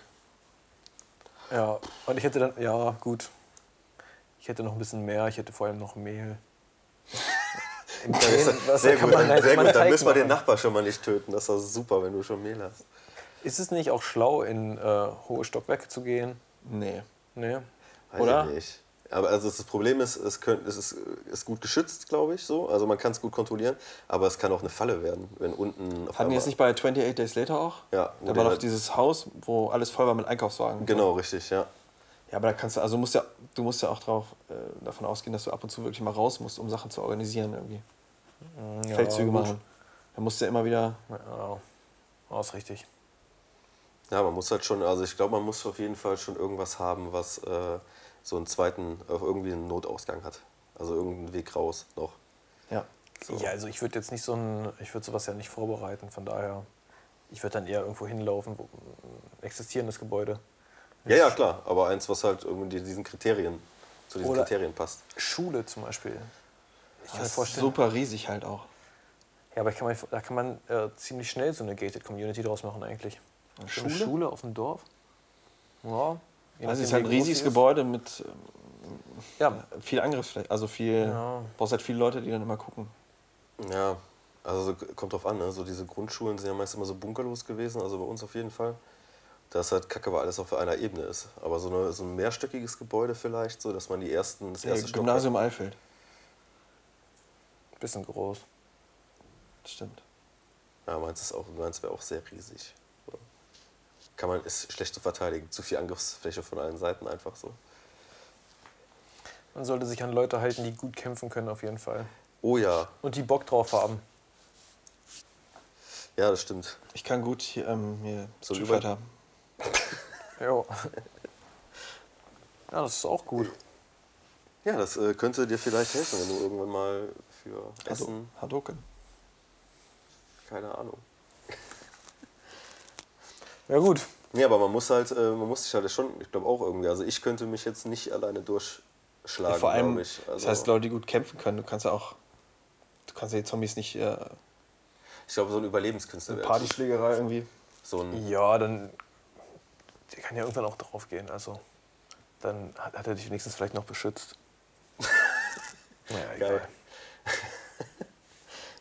Ja, und ich hätte dann, ja, gut. Ich hätte noch ein bisschen mehr, ich hätte vor allem noch Mehl. Im Teig- was Sehr kann gut, man- dann, sehr kann man gut. dann Teig müssen wir den machen. Nachbar schon mal nicht töten. Das ist doch super, wenn du schon Mehl hast. Ist es nicht auch schlau, in äh, hohe Stockwerke zu gehen? Nee. Nee. Weiß Oder? ich nicht. Aber also das Problem ist, es, könnt, es ist, ist gut geschützt, glaube ich, so. Also man kann es gut kontrollieren, aber es kann auch eine Falle werden, wenn unten auf Hatten die einmal- es nicht bei einundzwanzig Days Later auch? Ja, wo Da der war doch halt- dieses Haus, wo alles voll war mit Einkaufswagen. Genau, richtig, ja. Ja, aber da kannst du, also musst ja, du musst ja auch drauf, äh, davon ausgehen, dass du ab und zu wirklich mal raus musst, um Sachen zu organisieren irgendwie. Ja, Feldzüge gut. machen. Da musst du ja immer wieder. Ja, das ist richtig. Ja, man muss halt schon, also ich glaube, man muss auf jeden Fall schon irgendwas haben, was äh, so einen zweiten, äh, irgendwie einen Notausgang hat. Also irgendeinen Weg raus noch. Ja. So. Ja, also ich würde jetzt nicht so ein, ich würde sowas ja nicht vorbereiten, von daher, ich würde dann eher irgendwo hinlaufen, wo ein existierendes Gebäude. Ja, ja, klar, aber eins, was halt irgendwie diesen Kriterien, zu diesen Oder- Kriterien passt. Schule zum Beispiel. Ich kann mir Das ist vorstellen. super riesig halt auch. Ja, aber ich kann mir, da kann man äh, ziemlich schnell so eine Gated Community draus machen eigentlich. Eine So eine Schule? Schule auf dem Dorf. Ja. je Also es ist nachdem, halt ein wie groß riesiges die ist. Gebäude mit ähm, Ja, viel Angriffsfläche. Also viel, Ja. brauchst halt viele Leute, die dann immer gucken. Ja, also so, kommt drauf an, ne? So diese Grundschulen sind ja meist immer so bunkerlos gewesen, also bei uns auf jeden Fall. Da ist halt kacke, weil alles auf einer Ebene ist. Aber so, eine, so ein mehrstöckiges Gebäude vielleicht, so dass man die ersten, das Ja, erste Stockwerk- Gymnasium Eifeld. bisschen groß. Das stimmt. Ja, meins ist auch, meins wäre auch sehr riesig. So. Kann man, ist schlecht zu verteidigen. Zu viel Angriffsfläche von allen Seiten einfach so. Man sollte sich an Leute halten, die gut kämpfen können auf jeden Fall. Oh ja, Und die Bock drauf haben. ja, das stimmt. Ich kann gut hier, ähm, hier So Street über- Fighter. Jo. Ja, das ist auch gut. Ja, das äh, könnte dir vielleicht helfen, wenn du irgendwann mal für Essen, Hadoken. keine Ahnung. Ja gut. Nee, aber man muss halt, äh, man muss sich halt schon, ich glaube auch irgendwie, also ich könnte mich jetzt nicht alleine durchschlagen, Ja, vor allem, glaube ich. Also, das heißt Leute, die gut kämpfen können. Du kannst ja auch, du kannst ja die Zombies nicht äh, ich glaube, so ein Überlebenskünstler eine wäre Partyschlägerei irgendwie. so ein, Ja, dann. Der kann ja irgendwann auch drauf gehen. Also. Dann hat, hat er dich wenigstens vielleicht noch beschützt. Naja, egal. Geil.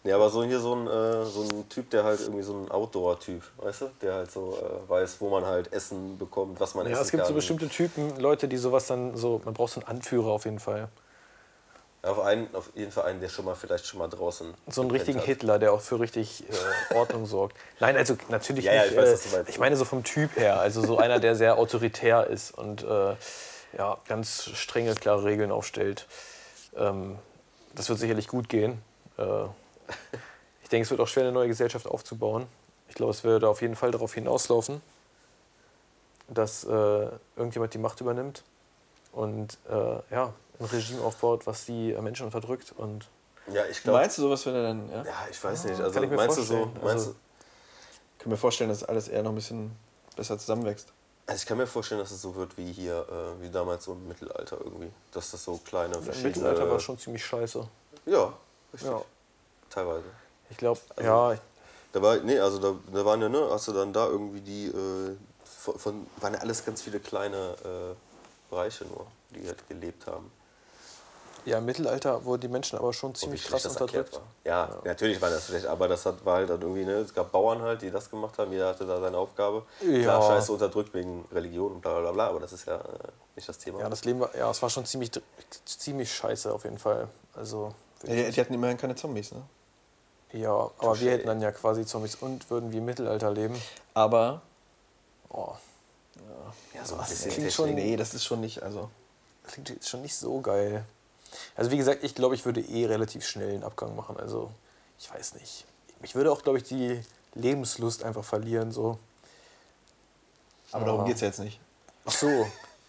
Nee, aber so hier so ein, äh, so ein Typ, der halt irgendwie so ein Outdoor-Typ, weißt du? Der halt so äh, weiß, wo man halt Essen bekommt, was man Ja, essen kann. es gibt so bestimmte Typen, Leute, die sowas dann so, man braucht so einen Anführer auf jeden Fall. Auf, einen, auf jeden Fall einen, der schon mal vielleicht schon mal draußen So einen gepennt richtigen hat. Hitler, der auch für richtig äh, Ordnung sorgt. Nein, also natürlich Ja, ja, nicht. ich weiß, äh, was du meinst. ich meine so vom Typ her, also so einer, der sehr autoritär ist und äh, ja, ganz strenge, klare Regeln aufstellt. Ähm, das wird sicherlich gut gehen. Äh, ich denke, es wird auch schwer, eine neue Gesellschaft aufzubauen. Ich glaube, es würde auf jeden Fall darauf hinauslaufen, dass äh, irgendjemand die Macht übernimmt und äh, ja, ein Regime aufbaut, was die Menschen unterdrückt. Und Ja, ich glaube. Meinst du, sowas würde dann, ja? Ja, ich weiß nicht. Also Kann ich mir meinst du so? vorstellen. Meinst Also- du, Ich kann mir vorstellen, dass alles eher noch ein bisschen besser zusammenwächst. also ich kann mir vorstellen, dass es so wird wie hier, äh, wie damals so im Mittelalter irgendwie. Dass das so kleine Im verschiedene. Mittelalter war es schon ziemlich scheiße. Ja, richtig. Ja. Teilweise. Ich glaube, Also- ja, ich- Da war, nee, also da, da waren ja, ne, hast du dann da irgendwie die, äh, von, von, waren ja alles ganz viele kleine äh, Bereiche nur, die halt gelebt haben. ja, im Mittelalter wurden die Menschen aber schon Und wie ziemlich schlecht krass das erklärt unterdrückt. war. Ja, natürlich war das schlecht, aber das hat, war halt dann irgendwie, ne, es gab Bauern halt, die das gemacht haben, jeder hatte da seine Aufgabe. Ja. Klar, scheiße unterdrückt wegen Religion und bla bla bla, aber das ist ja äh, nicht das Thema. Ja, das Leben war, ja, es war schon ziemlich, dr- ziemlich scheiße auf jeden Fall. Also, Ja, die, die hatten immerhin keine Zombies, ne? ja, aber Touché. wir hätten dann ja quasi Zombies und würden wie im Mittelalter leben. Aber, Oh, ja, so ein das bisschen klingt Technik. schon- nee, das ist schon nicht, also... klingt jetzt schon nicht so geil. Also wie gesagt, ich glaube, ich würde eh relativ schnell einen Abgang machen. Also, ich weiß nicht. Ich würde auch, glaube ich, die Lebenslust einfach verlieren. So. Aber Ja. darum geht's ja jetzt nicht. Ach so. Wir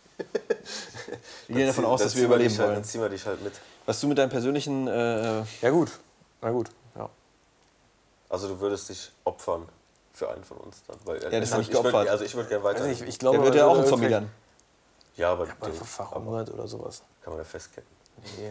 gehen davon aus, Dann dass wir ziehen überleben dich halt, wollen. Dann ziehen wir dich halt mit. Was du mit deinem persönlichen... Äh, Ja gut. Na gut. Ja. Also du würdest dich opfern für einen von uns dann. Weil, Ja, das ich hab würd- ich ich würd- geopfert. Also ich würde gerne weiter. Also ich, ich glaube, der wird man ja auch würde ein Zombie irgendwie- ja, dann. aber, Ja, aber den- aber verhungert oder sowas. kann man ja festketten. Nee.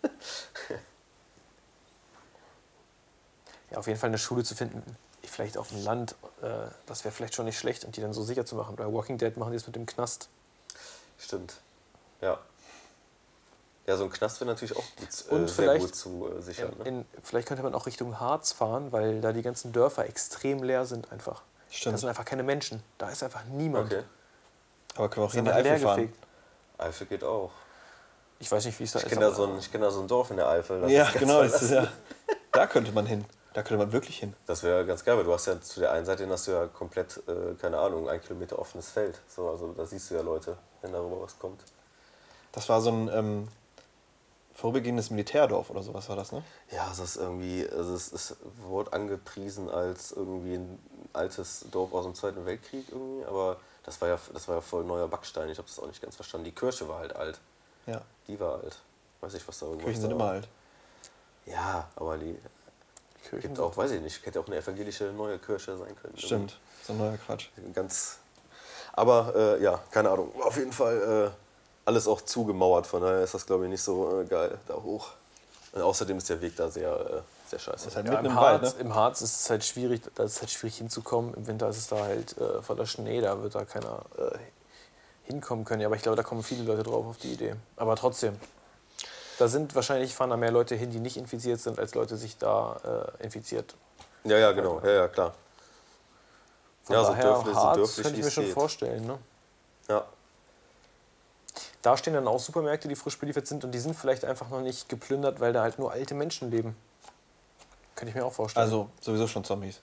Ja, auf jeden Fall eine Schule zu finden, vielleicht auf dem Land, äh, das wäre vielleicht schon nicht schlecht und die dann so sicher zu machen. Bei Walking Dead machen die es mit dem Knast. Stimmt. Ja. Ja, so ein Knast wäre natürlich auch gut, äh, Und sehr vielleicht gut zu äh, sichern. In, Ne? in, vielleicht könnte man auch Richtung Harz fahren, weil da die ganzen Dörfer extrem leer sind einfach. Da Stimmt. sind einfach keine Menschen. Da ist einfach niemand. Okay. Aber können wir auch Das hier ist in die einfach Eifel fahren. leergefegt. Eifel geht auch. Ich weiß nicht, wie es da Ich ist. kenne da, aber- so ein- ich kenn da so ein Dorf in der Eifel. das Ja, ist ganz genau. Das ist, verlassen. ja, da könnte man hin. Da könnte man wirklich hin. Das wäre ganz geil, weil du hast ja zu der einen Seite hin hast du ja komplett, äh, keine Ahnung, ein Kilometer offenes Feld. So, also da siehst du ja Leute, wenn darüber was kommt. Das war so ein ähm, vorübergehendes Militärdorf oder sowas war das, ne? Ja, es ist irgendwie, also es, es wurde angepriesen als irgendwie ein altes Dorf aus dem Zweiten Weltkrieg irgendwie, aber das war ja, das war ja voll neuer Backstein. Ich habe das auch nicht ganz verstanden. Die Kirche war halt alt. Ja. Die war alt. Weiß nicht, was da irgendwas Kirchen sind da immer war. alt. Ja, aber die Kirchen gibt sind- auch, weiß ich nicht, hätte auch eine evangelische neue Kirche sein können. Stimmt. So ein neuer Quatsch. Irgendwie Ganz. Aber äh, ja, keine Ahnung. Auf jeden Fall äh, alles auch zugemauert, von daher ist das, glaube ich, nicht so äh, geil da hoch. Und außerdem ist der Weg da sehr, äh, sehr scheiße. Das ist halt Ja, mitten im, im Wald, Harz, ne? Im Harz ist es halt schwierig, da ist es halt schwierig hinzukommen. Im Winter ist es da halt äh, voller Schnee, da wird da keiner äh, hinkommen können. Ja, aber ich glaube, da kommen viele Leute drauf auf die Idee. Aber trotzdem, da sind wahrscheinlich, fahren da mehr Leute hin, die nicht infiziert sind, als Leute sich da äh, infiziert. Ja, ja, genau. Ja, ja, klar. Von Ja, so daher, dörflich, so Harz dörflich, könnte wie ich mir es schon geht. vorstellen. Ne? Ja. Da stehen dann auch Supermärkte, die frisch beliefert sind und die sind vielleicht einfach noch nicht geplündert, weil da halt nur alte Menschen leben. Könnte ich mir auch vorstellen. Also sowieso schon Zombies.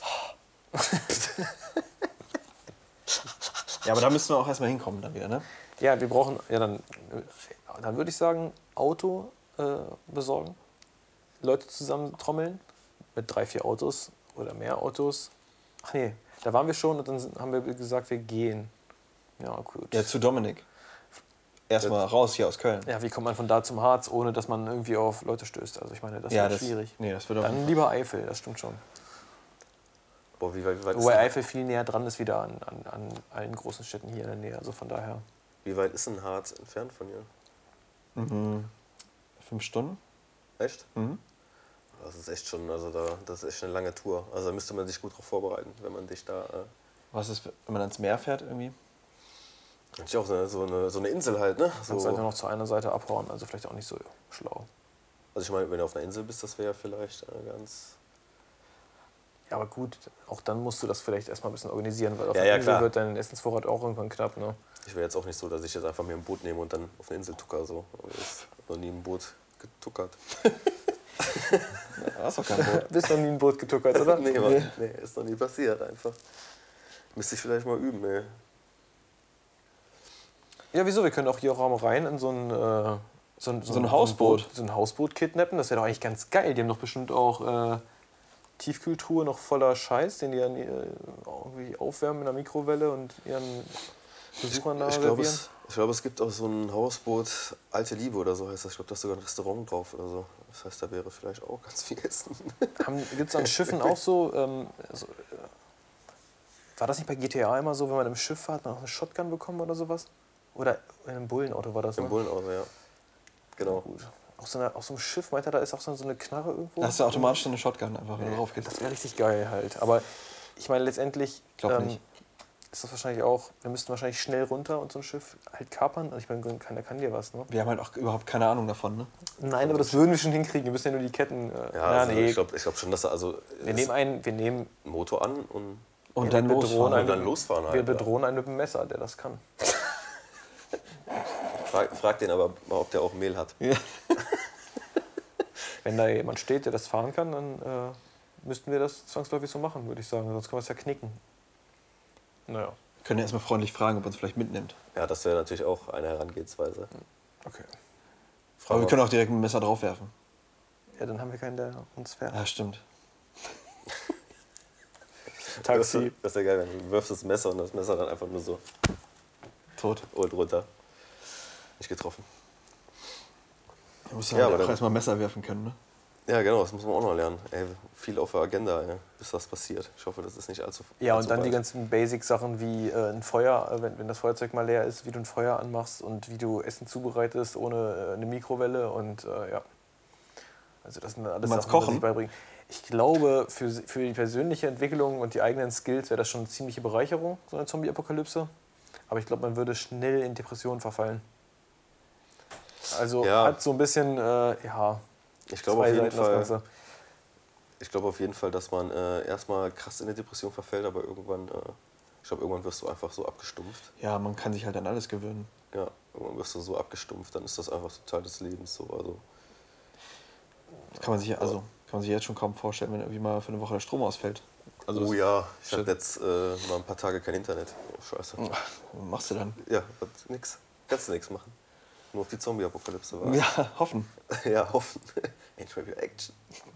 Ja, aber da müssen wir auch erstmal hinkommen dann wieder, ne? Ja, wir brauchen, ja dann, äh, dann würde ich sagen, Auto äh, besorgen, Leute zusammen trommeln mit drei, vier Autos oder mehr Autos. Ach nee, da waren wir schon und dann sind, haben wir gesagt, wir gehen. Ja, gut. Ja, zu Dominik. Erstmal raus hier aus Köln. Ja, wie kommt man von da zum Harz, ohne dass man irgendwie auf Leute stößt? Also ich meine, das Ja, wird das, schwierig. nee, das wird auf jeden Dann Fall. lieber Eifel, das stimmt schon. Boah, wie weit, wie weit, ist Wobei denn, Eifel viel näher dran ist wieder an, an, an allen großen Städten hier in der Nähe. Also von daher. wie weit ist denn Harz entfernt von hier? Mhm. Fünf Stunden? Echt? Mhm. Das ist echt schon, also da, das ist echt eine lange Tour. Also da müsste man sich gut drauf vorbereiten, wenn man dich da. Äh, Was ist, wenn man ans Meer fährt irgendwie? Natürlich auch so eine, so, eine, so eine Insel halt, ne? Kannst halt nur So, noch zu einer Seite abhauen, also vielleicht auch nicht so schlau. Also ich meine, wenn du auf einer Insel bist, das wäre ja vielleicht äh, ganz... Ja, aber gut, auch dann musst du das vielleicht erstmal ein bisschen organisieren, weil auf Ja, der ja, Insel klar. wird dein Essensvorrat auch irgendwann knapp. Ne? Ich wäre jetzt auch nicht so, dass ich jetzt einfach mir ein Boot nehme und dann auf eine Insel tucker. So. Aber ich habe noch nie ein Boot getuckert. Ja, hast doch kein Boot. Bist noch nie ein Boot getuckert, oder? nee, Mann, nee, ist noch nie passiert einfach. Müsste ich vielleicht mal üben, ey. Ja, wieso? Wir können auch hier auch rein in so ein, äh, so ein, So ein Hausboot. So ein Hausboot kidnappen. Das wäre doch eigentlich ganz geil. Die haben doch bestimmt auch äh, Tiefkühltruhe noch voller Scheiß, den die dann äh, irgendwie aufwärmen in der Mikrowelle und ihren Besuchern da Ich glaube, servieren. es, ich glaube, es gibt auch so ein Hausboot, Alte Liebe oder so heißt das. Ich glaube, da ist sogar ein Restaurant drauf oder so. Das heißt, da wäre vielleicht auch ganz viel Essen. Gibt es an Schiffen auch so, ähm, so äh, war das nicht bei G T A immer so, wenn man im Schiff war, hat man auch eine Shotgun bekommen oder sowas? Oder in einem Bullenauto war das, Im ne? Bullenauto, ja. Genau. Gut. Auf so, einer, auf so einem Schiff, meint er, da ist auch so eine Knarre irgendwo? Da hast du automatisch eine Shotgun einfach, wenn du drauf gehst. Das wäre richtig geil halt. Aber ich meine, letztendlich Glaub ähm, nicht. ist das wahrscheinlich auch, wir müssten wahrscheinlich schnell runter und so ein Schiff halt kapern. Also ich meine, keiner kann dir was, ne? Wir haben halt auch überhaupt keine Ahnung davon, ne? Nein, aber das würden wir schon hinkriegen. Wir müssen ja nur die Ketten... Äh, Ja, also ich glaube ich glaub schon, dass da also wir nehmen einen, wir nehmen... einen Motor an und, Und wir dann bedrohen losfahren. einen, und dann losfahren halt. Wir ja. bedrohen einen mit dem Messer, der das kann. Frag, frag den aber mal, ob der auch Mehl hat. Ja. Wenn da jemand steht, der das fahren kann, dann äh, müssten wir das zwangsläufig so machen, würde ich sagen. Sonst können wir es ja knicken. Naja, Wir können ja erstmal freundlich fragen, ob er uns vielleicht mitnimmt. Ja, das wäre natürlich auch eine Herangehensweise. okay. Frag Aber wir mal- können auch direkt mit dem Messer draufwerfen. Ja, dann haben wir keinen, der uns fährt. Ja, stimmt. Taxi. Das ist ja geil, wenn du wirfst das Messer und das Messer dann einfach nur so Tot. und runter. Nicht getroffen. Du musst Ja, ja, aber halt auch dann- erstmal Messer werfen können, ne? Ja, genau, das muss man auch noch lernen. Ey, viel auf der Agenda, ey, bis das passiert. Ich hoffe, das ist nicht allzu Ja, allzu und dann die bald. ganzen Basic-Sachen wie äh, ein Feuer, äh, wenn, wenn das Feuerzeug mal leer ist, wie du ein Feuer anmachst und wie du Essen zubereitest ohne äh, eine Mikrowelle und äh, ja. Also das sind alles Du meinst Sachen, die kochen? ich beibringen. Ich glaube, für, für die persönliche Entwicklung und die eigenen Skills wäre das schon eine ziemliche Bereicherung, so eine Zombie-Apokalypse. Aber ich glaube, man würde schnell in Depressionen verfallen. Also Ja. hat so ein bisschen, äh, ja, Ich glaube auf zwei jeden Seiten das Fall, Ganze. ich glaube auf jeden Fall, dass man äh, erstmal krass in eine Depression verfällt, aber irgendwann, äh, ich glaube, irgendwann wirst du einfach so abgestumpft. Ja, man kann sich halt an alles gewöhnen. Ja, irgendwann wirst du so abgestumpft, dann ist das einfach so Teil des Lebens. So. Also, Das kann man sich, also, kann man sich jetzt schon kaum vorstellen, wenn irgendwie mal für eine Woche der Strom ausfällt. Also, oh ja, ich Shit. habe jetzt äh, mal ein paar Tage kein Internet. Oh, scheiße. was machst du dann? Ja, was, nix. Kannst du nichts machen. Nur auf die Zombie-Apokalypse warten. Ja, hoffen. Ja, hoffen. Endlich wieder Action.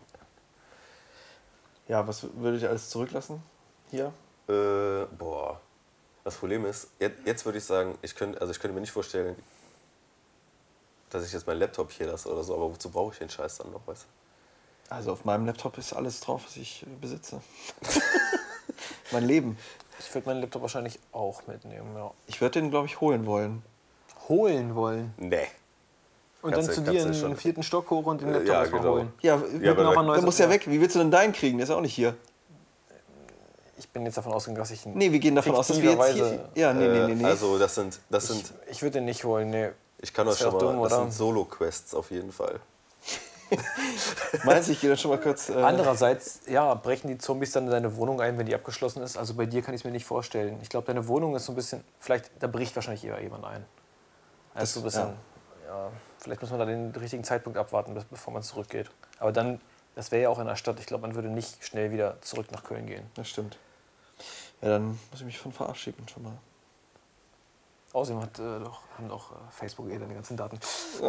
Ja, was würdet ihr alles zurücklassen? Hier? Äh, boah. Das Problem ist, jetzt, jetzt würde ich sagen, ich könnte, also ich könnte mir nicht vorstellen, dass ich jetzt meinen Laptop hier lasse oder so, aber wozu brauche ich den Scheiß dann noch, weißt du? Also auf meinem Laptop ist alles drauf, was ich äh, besitze. Mein Leben. Ich würde meinen Laptop wahrscheinlich auch mitnehmen, ja. Ich würde den, glaube ich, holen wollen. Holen wollen. Nee. Und Kannst dann du- zu dir kannst in du schon- den vierten Stock hoch und den Äh, Laptop ja, erstmal genau. holen. Ja, Ja, aber noch da- ein neues- der muss ja weg. Wie willst du denn deinen kriegen? Der ist ja auch nicht hier. Ich bin jetzt davon ausgegangen, dass ich ihn. Nee, wir gehen davon aus, dass wir jetzt hier... Fiktiverweise- Ja, nee, nee, nee, nee. Äh, Also das sind, das Ich, sind, ich würde den nicht holen, nee. ich kann das euch wär schon doch mal, dumm, das oder? sind Solo-Quests auf jeden Fall. Meinst du, ich gehe dann schon mal kurz... Äh, Andererseits, ja, brechen die Zombies dann in deine Wohnung ein, wenn die abgeschlossen ist? Also bei dir kann ich es mir nicht vorstellen. Ich glaube, deine Wohnung ist so ein bisschen, vielleicht, da bricht wahrscheinlich eher jemand ein. Das ist so ein bisschen, ja. Vielleicht muss man da den richtigen Zeitpunkt abwarten, bis- bevor man zurückgeht. Aber dann, das wäre ja auch in der Stadt. Ich glaube, man würde nicht schnell wieder zurück nach Köln gehen. Das stimmt. Ja, dann muss ich mich von verabschieden schon mal. Außerdem hat, äh, doch, haben doch äh, Facebook eh deine ganzen Daten.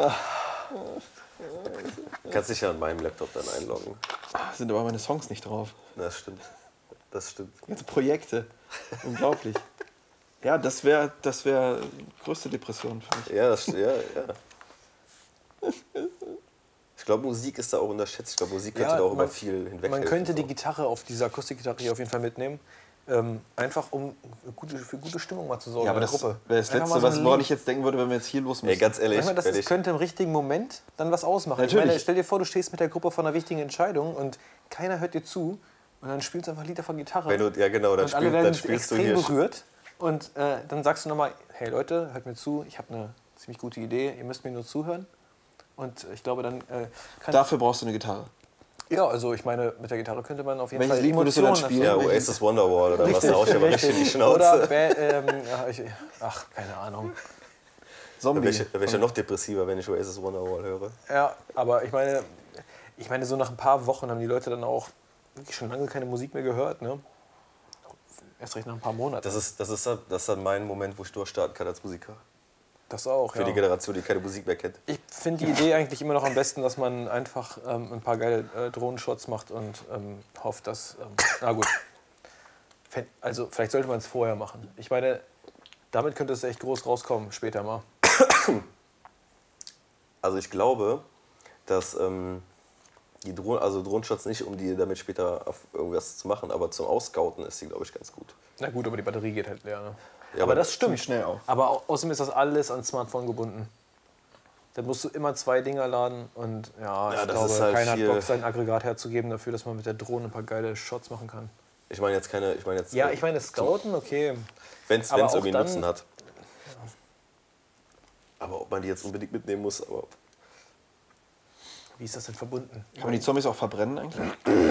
Du kannst dich ja an meinem Laptop dann einloggen. Sind aber meine Songs nicht drauf. Das stimmt. Das stimmt. Ganze Projekte. Unglaublich. Ja, das wäre das wär größte Depression für mich. Ja, das stimmt. Ja, ja. Ich glaube, Musik ist da auch unterschätzt. Ich glaube, Musik könnte Ja, da auch man- über viel hinweg Man könnte die so. Gitarre auf diese Akustikgitarre hier auf jeden Fall mitnehmen. Ähm, einfach um gute, für gute Stimmung mal zu sorgen Ja, aber in das der wäre Gruppe. das Einfach mal Letzte, so was, ein woran Lied. ich jetzt denken würde, wenn wir jetzt hier los Ey, müssen. ganz ehrlich, Manchmal, das wenn ist, ich, könnte im richtigen Moment dann was ausmachen. Ich Natürlich. meine, stell dir vor, du stehst mit der Gruppe vor einer wichtigen Entscheidung und keiner hört dir zu und dann spielst du einfach Lieder von Gitarre. wenn du, ja genau, dann, und alle spiel, werden dann spielst du extrem hier. berührt und äh, dann sagst du nochmal, hey Leute, hört mir zu, ich habe eine ziemlich gute Idee, ihr müsst mir nur zuhören. Und ich glaube, dann äh, kann Dafür brauchst du eine Gitarre. ja, also ich meine, mit der Gitarre könnte man auf jeden Welches Fall Lied würdest du dann Emotionen spielen? Ja, erzeugen. Oasis Wonderwall oder was, da hau ich aber richtig in die Richtig. Oder, Schnauze. Ba- ähm, ja, ich, ach, keine Ahnung. Zombie. Da wäre ich ja noch depressiver, wenn ich Oasis Wonderwall höre. Ja, aber ich meine, ich meine, so nach ein paar Wochen haben die Leute dann auch wirklich schon lange keine Musik mehr gehört, ne? Erst recht nach ein paar Monaten. Das ist, das, ist, das ist dann mein Moment, wo ich durchstarten kann als Musiker. Das auch, Für ja. die Generation, die keine Musik mehr kennt. Ich finde die Idee eigentlich immer noch am besten, dass man einfach ähm, ein paar geile äh, Drohnenshots macht und ähm, hofft, dass. Ähm, na gut. Fänd- Also, vielleicht sollte man es vorher machen. Ich meine, damit könnte es echt groß rauskommen, später mal. Also ich glaube, dass ähm, die Drohnen, also Drohnenshots nicht, um die damit später auf irgendwas zu machen, aber zum Ausscouten ist die, glaube ich, ganz gut. Na gut, aber die Batterie geht halt leer. Ne? Ja, aber aber das stimmt. ziemlich schnell auch. Aber au- außerdem ist das alles ans Smartphone gebunden. Dann musst du immer zwei Dinger laden und ja, Ja, ich das glaube, ist halt keiner hat viel- Bock, sein Aggregat herzugeben dafür, dass man mit der Drohne ein paar geile Shots machen kann. Ich meine jetzt keine, ich meine jetzt, Ja, ich meine, Scouten, okay. wenn es aber irgendwie auch einen dann- Nutzen hat. Aber ob man die jetzt unbedingt mitnehmen muss, aber Wie ist das denn verbunden? Kann man die Zombies auch verbrennen eigentlich?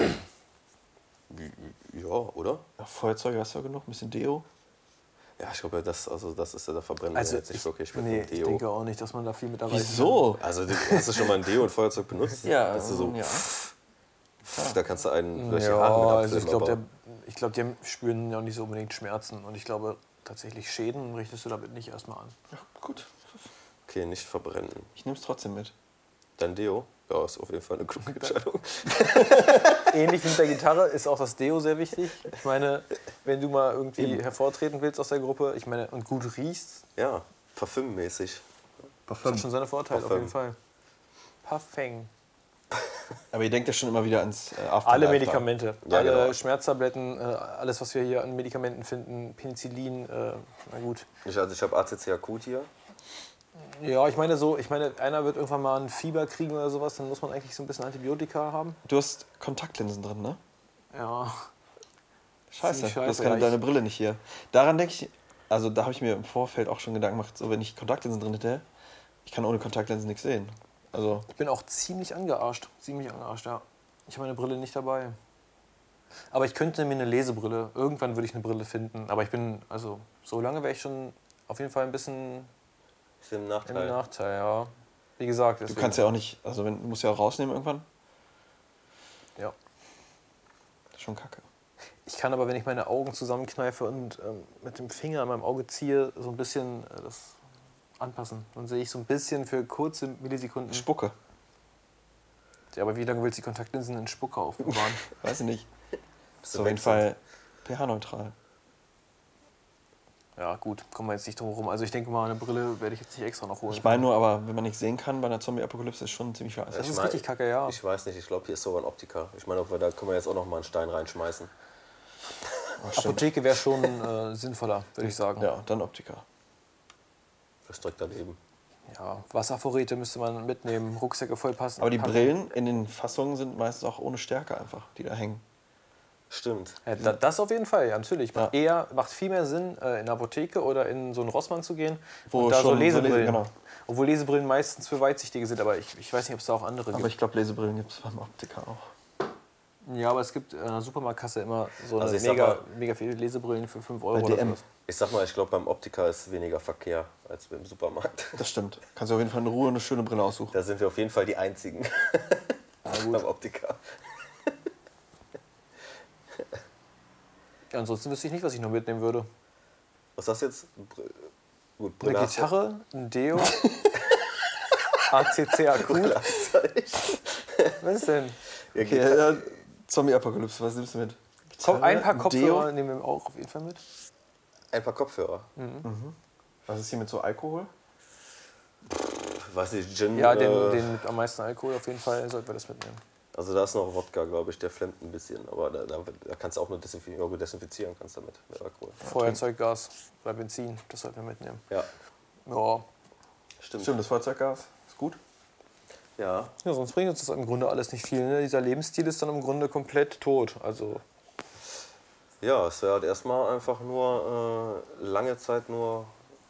ja, oder? Ja, Feuerzeuge hast du ja genug, ein bisschen Deo. Ja, ich glaube, das, also das ist ja der Verbrenner Also jetzt nicht ich, wirklich mit nee, dem ich Deo. denke auch nicht, dass man da viel mit erreichen Wieso? Also du, hast du schon mal ein Deo und Feuerzeug benutzt? Ja, Das ist so, ja. Da kannst du einen kann. welche Ja, Haare mit also ich abfilmen, glaube, aber ich glaub, die haben- spüren ja nicht so unbedingt Schmerzen. Und ich glaube, tatsächlich Schäden richtest du damit nicht erstmal an. Ja, gut. okay, nicht verbrennen. Ich nehme es trotzdem mit. Dein Deo? Ja, ist auf jeden Fall eine kluge Entscheidung. Ähnlich wie mit der Gitarre ist auch das Deo sehr wichtig. Ich meine, wenn du mal irgendwie hervortreten willst aus der Gruppe, ich meine, und gut riechst, Ja, parfümmäßig. das hat schon seine Vorteile auf Parfüm. jeden Fall. Parfum. Aber ihr denkt ja schon immer wieder ans äh, Afterlife. Alle da. Medikamente, Ja, alle genau. Schmerztabletten, äh, alles, was wir hier an Medikamenten finden, Penicillin, äh, na gut. Ich, also ich habe A C C akut hier. Ja, ich meine so, ich meine, einer wird irgendwann mal ein Fieber kriegen oder sowas, dann muss man eigentlich so ein bisschen Antibiotika haben. Du hast Kontaktlinsen drin, ne? Ja. Scheiße, Ziemlich du hast scheiße, keine, ja, deine ich- Brille nicht hier. Daran denke ich, also da habe ich mir im Vorfeld auch schon Gedanken gemacht, so wenn ich Kontaktlinsen drin hätte, ich kann ohne Kontaktlinsen nichts sehen. Also Ich bin auch ziemlich angearscht, ziemlich angearscht, ja. Ich habe meine Brille nicht dabei. Aber ich könnte mir eine Lesebrille, irgendwann würde ich eine Brille finden. Aber ich bin, also so lange wäre ich schon auf jeden Fall ein bisschen Ist im im Nachteil. Nachteil, ja. Wie gesagt, du deswegen- kannst ja auch nicht, also wenn, du musst ja auch rausnehmen irgendwann. Ja. Das ist schon kacke. Ich kann aber, wenn ich meine Augen zusammenkneife und ähm, mit dem Finger an meinem Auge ziehe, so ein bisschen äh, das anpassen. Dann sehe ich so ein bisschen für kurze Millisekunden. Spucke, Ja, aber wie lange willst du die Kontaktlinsen in Spucke aufbewahren? weiß ich nicht. Bist Ist du auf jeden wechselnd? Fall pH-neutral. Ja, gut, kommen wir jetzt nicht drum herum. Also ich denke mal, eine Brille werde ich jetzt nicht extra noch holen. Ich meine nur, aber wenn man nicht sehen kann bei einer Zombie-Apokalypse, ist schon ziemlich scheiße. das Ich ist mein- richtig kacke, ja. Ich weiß nicht, ich glaube, hier ist sogar ein Optiker. Ich meine, ob wir, da können wir jetzt auch noch mal einen Stein reinschmeißen. Apotheke wäre schon äh, sinnvoller, würde ich sagen. Ja, dann Optiker. Das ist direkt daneben. Ja, Wasservorräte müsste man mitnehmen, Rucksäcke vollpassen. Aber die packen. Brillen in den Fassungen sind meistens auch ohne Stärke einfach, die da hängen. Stimmt. Ja, da- das auf jeden Fall, ja, natürlich. Ja. Eher macht viel mehr Sinn, äh, in eine Apotheke oder in so einen Rossmann zu gehen. Wo und da schon so so Lesebrillen. Lese- genau. Obwohl Lesebrillen meistens für Weitsichtige sind, aber ich, ich weiß nicht, ob es da auch andere Aber gibt. ich glaube, Lesebrillen gibt es beim Optiker auch. Ja, aber es gibt in der Supermarktkasse immer so eine Also ich sag mega, mal- mega viele Lesebrillen für fünf Euro Bei oder D M. sowas. Ich sag mal, ich glaube, beim Optiker ist weniger Verkehr als im Supermarkt. Das stimmt. Kannst du auf jeden Fall in Ruhe eine schöne Brille aussuchen. Da sind wir auf jeden Fall die Einzigen gut. beim Optiker. Ja, ansonsten wüsste ich nicht, was ich noch mitnehmen würde. Was ist das jetzt? Br- Gut, Eine Brille hast du. Gitarre, ein Deo, A C C akut. Was ist denn? Ja, Okay, Gitarre- äh, Zombie-Apokalypse, was nimmst du mit? Komm, ein paar Gitarre, Kopfhörer Deo. nehmen wir auch auf jeden Fall mit. Ein paar Kopfhörer. Was ist hier mit so Alkohol? Weiß nicht, Gin. Ja, äh, den, den mit am meisten Alkohol auf jeden Fall sollten wir das mitnehmen. Also da ist noch Wodka, glaube ich, der flemmt ein bisschen. Aber da, da, da kannst du auch nur desinfizieren, ja, gut, desinfizieren kannst damit mit Alkohol. Feuerzeug, Gas oder Benzin, das sollten wir mitnehmen. Ja, Ja. stimmt. Stimmt, das Feuerzeuggas ist gut. Ja, Ja, sonst bringt uns das im Grunde alles nicht viel. Ne? Dieser Lebensstil ist dann im Grunde komplett tot. Also, ja, es wäre halt erstmal einfach nur äh, lange Zeit nur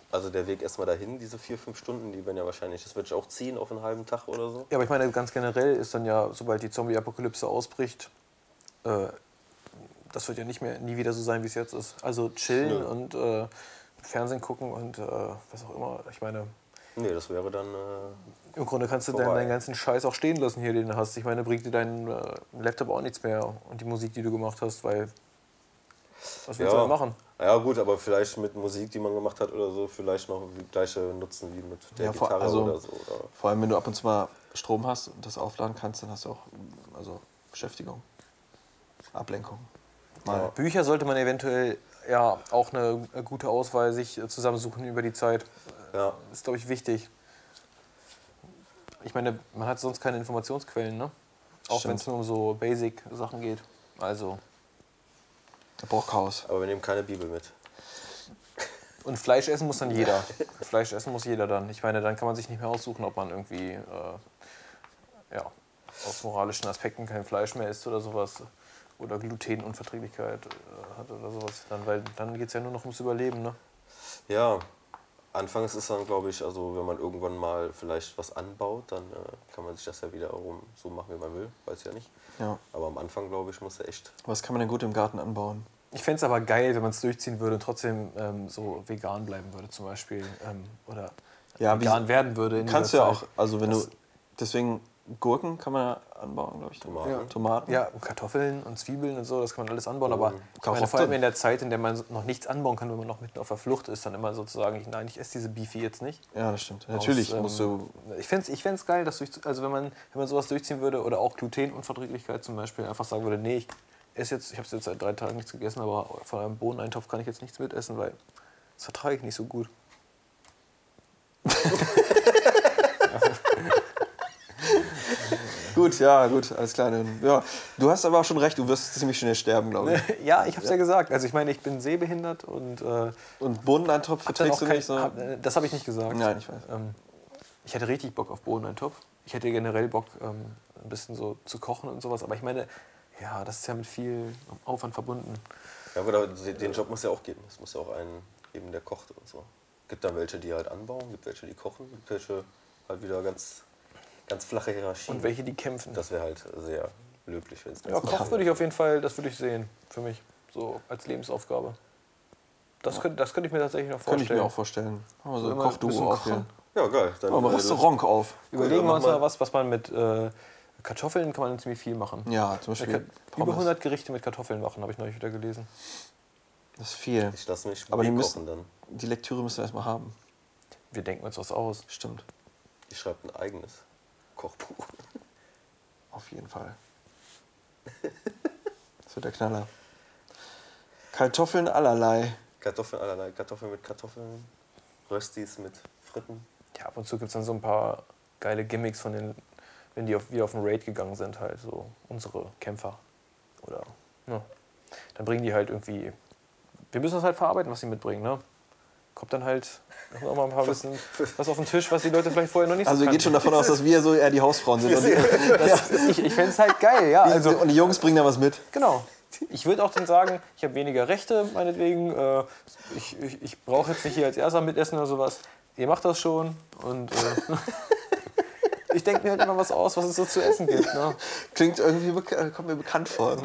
Also der Weg erstmal dahin, diese vier, fünf Stunden, die werden ja wahrscheinlich, das würde ich auch ziehen auf einen halben Tag oder so. Ja, aber ich meine, ganz generell ist dann ja, sobald die Zombie-Apokalypse ausbricht, äh, das wird ja nicht mehr, nie wieder so sein, wie es jetzt ist. Also chillen Nö. und äh, Fernsehen gucken und äh, was auch immer. Ich meine, Nee, das wäre dann... Äh, im Grunde kannst du vorbei. dann deinen ganzen Scheiß auch stehen lassen hier, den du hast. Ich meine, bringt dir dein äh, Laptop auch nichts mehr und die Musik, die du gemacht hast, weil was willst du denn machen? Ja gut, aber vielleicht mit Musik, die man gemacht hat oder so, vielleicht noch die gleiche Nutzen wie mit der Ja, vor- Gitarre also- oder so. Oder? Vor allem, wenn du ab und zu mal Strom hast und das aufladen kannst, dann hast du auch also Beschäftigung, Ablenkung. Mal. Ja. Bücher sollte man eventuell ja auch eine gute Auswahl sich zusammensuchen über die Zeit. Ja. Ist, glaube ich, wichtig. Ich meine, man hat sonst keine Informationsquellen, ne? Auch wenn Stimmt. es nur um so Basic-Sachen geht. Also. Brockhaus. Aber wir nehmen keine Bibel mit. Und Fleisch essen muss dann jeder. Fleisch essen muss jeder dann. Ich meine, dann kann man sich nicht mehr aussuchen, ob man irgendwie äh, ja, aus moralischen Aspekten kein Fleisch mehr isst oder sowas. Oder Glutenunverträglichkeit äh, hat oder sowas. Dann, weil dann geht es ja nur noch ums Überleben, ne? Ja, anfangs ist dann, glaube ich, also wenn man irgendwann mal vielleicht was anbaut, dann äh, kann man sich das ja wiederum so machen, wie man will. Weiß ja nicht. Ja. Aber am Anfang, glaube ich, muss er echt... Was kann man denn gut im Garten anbauen? Ich fände es aber geil, wenn man es durchziehen würde und trotzdem ähm, so vegan bleiben würde zum Beispiel. Ähm, oder Ja, wie- vegan werden würde in Kannst du dieser ja Zeit. auch, also wenn Das- du, deswegen Gurken kann man ja anbauen, glaube ich. Tomaten. Ja. Tomaten. Ja, und Kartoffeln und Zwiebeln und so, das kann man alles anbauen. Mhm. Aber ich meine, Karotten. vor allem in der Zeit, in der man noch nichts anbauen kann, wenn man noch mitten auf der Flucht ist, dann immer sozusagen, ich, nein, ich esse diese Beefy jetzt nicht. Ja, das stimmt. Natürlich Aus, ähm, musst du, Ich fände es ich fänd's geil, dass durch, also wenn man, wenn man sowas durchziehen würde oder auch Glutenunverträglichkeit zum Beispiel, einfach sagen würde, nee, ich esse jetzt, ich habe jetzt seit drei Tagen nichts gegessen, aber von einem Bohneneintopf kann ich jetzt nichts mitessen, weil das vertrage ich nicht so gut. gut, ja, gut, alles klar. dann- Ja. Du hast aber auch schon recht, du wirst ziemlich schnell sterben, glaube ich. Ja, ich habe es ja. gesagt. Also ich meine, ich bin sehbehindert und äh, Und Bohneneintopf hab dann verträgst auch du kein, nicht so? hab, äh, das habe ich nicht gesagt. Nein, ich weiß. Ähm, ich hätte richtig Bock auf Bohneneintopf. Ich hätte generell Bock, ähm, ein bisschen so zu kochen und sowas. Aber ich meine, ja, das ist ja mit viel Aufwand verbunden. Ja, aber den Job muss ja auch geben. Es muss ja auch einen geben, der kocht und so. Gibt dann welche, die halt anbauen, gibt welche, die kochen, gibt welche halt wieder ganz, ganz flache Hierarchien. Und welche, die kämpfen. Das wäre halt sehr löblich, wenn es Ja, Koch würde ich auf jeden Fall, das würde ich sehen, für mich, so als Lebensaufgabe. Das, könnte, das könnte ich mir tatsächlich noch Könnte ich vorstellen. mir auch vorstellen. Machen wir so So ein immer ein Kochduo bisschen auf hier. kochen. Ja, geil. Dann, Machen wir ein äh, Restaurant auf. Überlegen Gut, wir uns dann mal mach mal- was, was man mit äh, Kartoffeln kann man ziemlich viel machen. Ja, zum Man Beispiel kann über Pommes. hundert Gerichte mit Kartoffeln machen, habe ich neulich wieder gelesen. Das ist viel. Ich lasse mich Aber die kochen müssen- dann. Die Lektüre müssen wir erstmal haben. Wir denken uns was aus. Stimmt. Ich schreibe ein eigenes Kochbuch. Auf jeden Fall. Das wird der Knaller. Kartoffeln allerlei. Kartoffeln allerlei. Kartoffeln mit Kartoffeln. Röstis mit Fritten. Ja, ab und zu gibt es dann so ein paar geile Gimmicks von den, wenn die auf, wieder auf den Raid gegangen sind, halt so unsere Kämpfer. Oder, ne. Dann bringen die halt irgendwie, wir müssen das halt verarbeiten, was sie mitbringen, ne. Kommt dann halt auch mal ein paar bisschen was auf den Tisch, was die Leute vielleicht vorher noch nicht Also so ihr geht schon kannten. davon aus, dass wir so eher die Hausfrauen sind. Und die, Das, ich ich fände es halt geil, ja. Also, und die Jungs bringen da was mit. genau. Ich würde auch dann sagen, ich habe weniger Rechte, meinetwegen. Äh, ich ich, ich brauche jetzt nicht hier als Erster mitessen oder sowas. Ihr macht das schon. Und äh, ich denke mir halt immer was aus, was es so zu essen gibt. Ne? Klingt irgendwie, beka- kommt mir bekannt vor.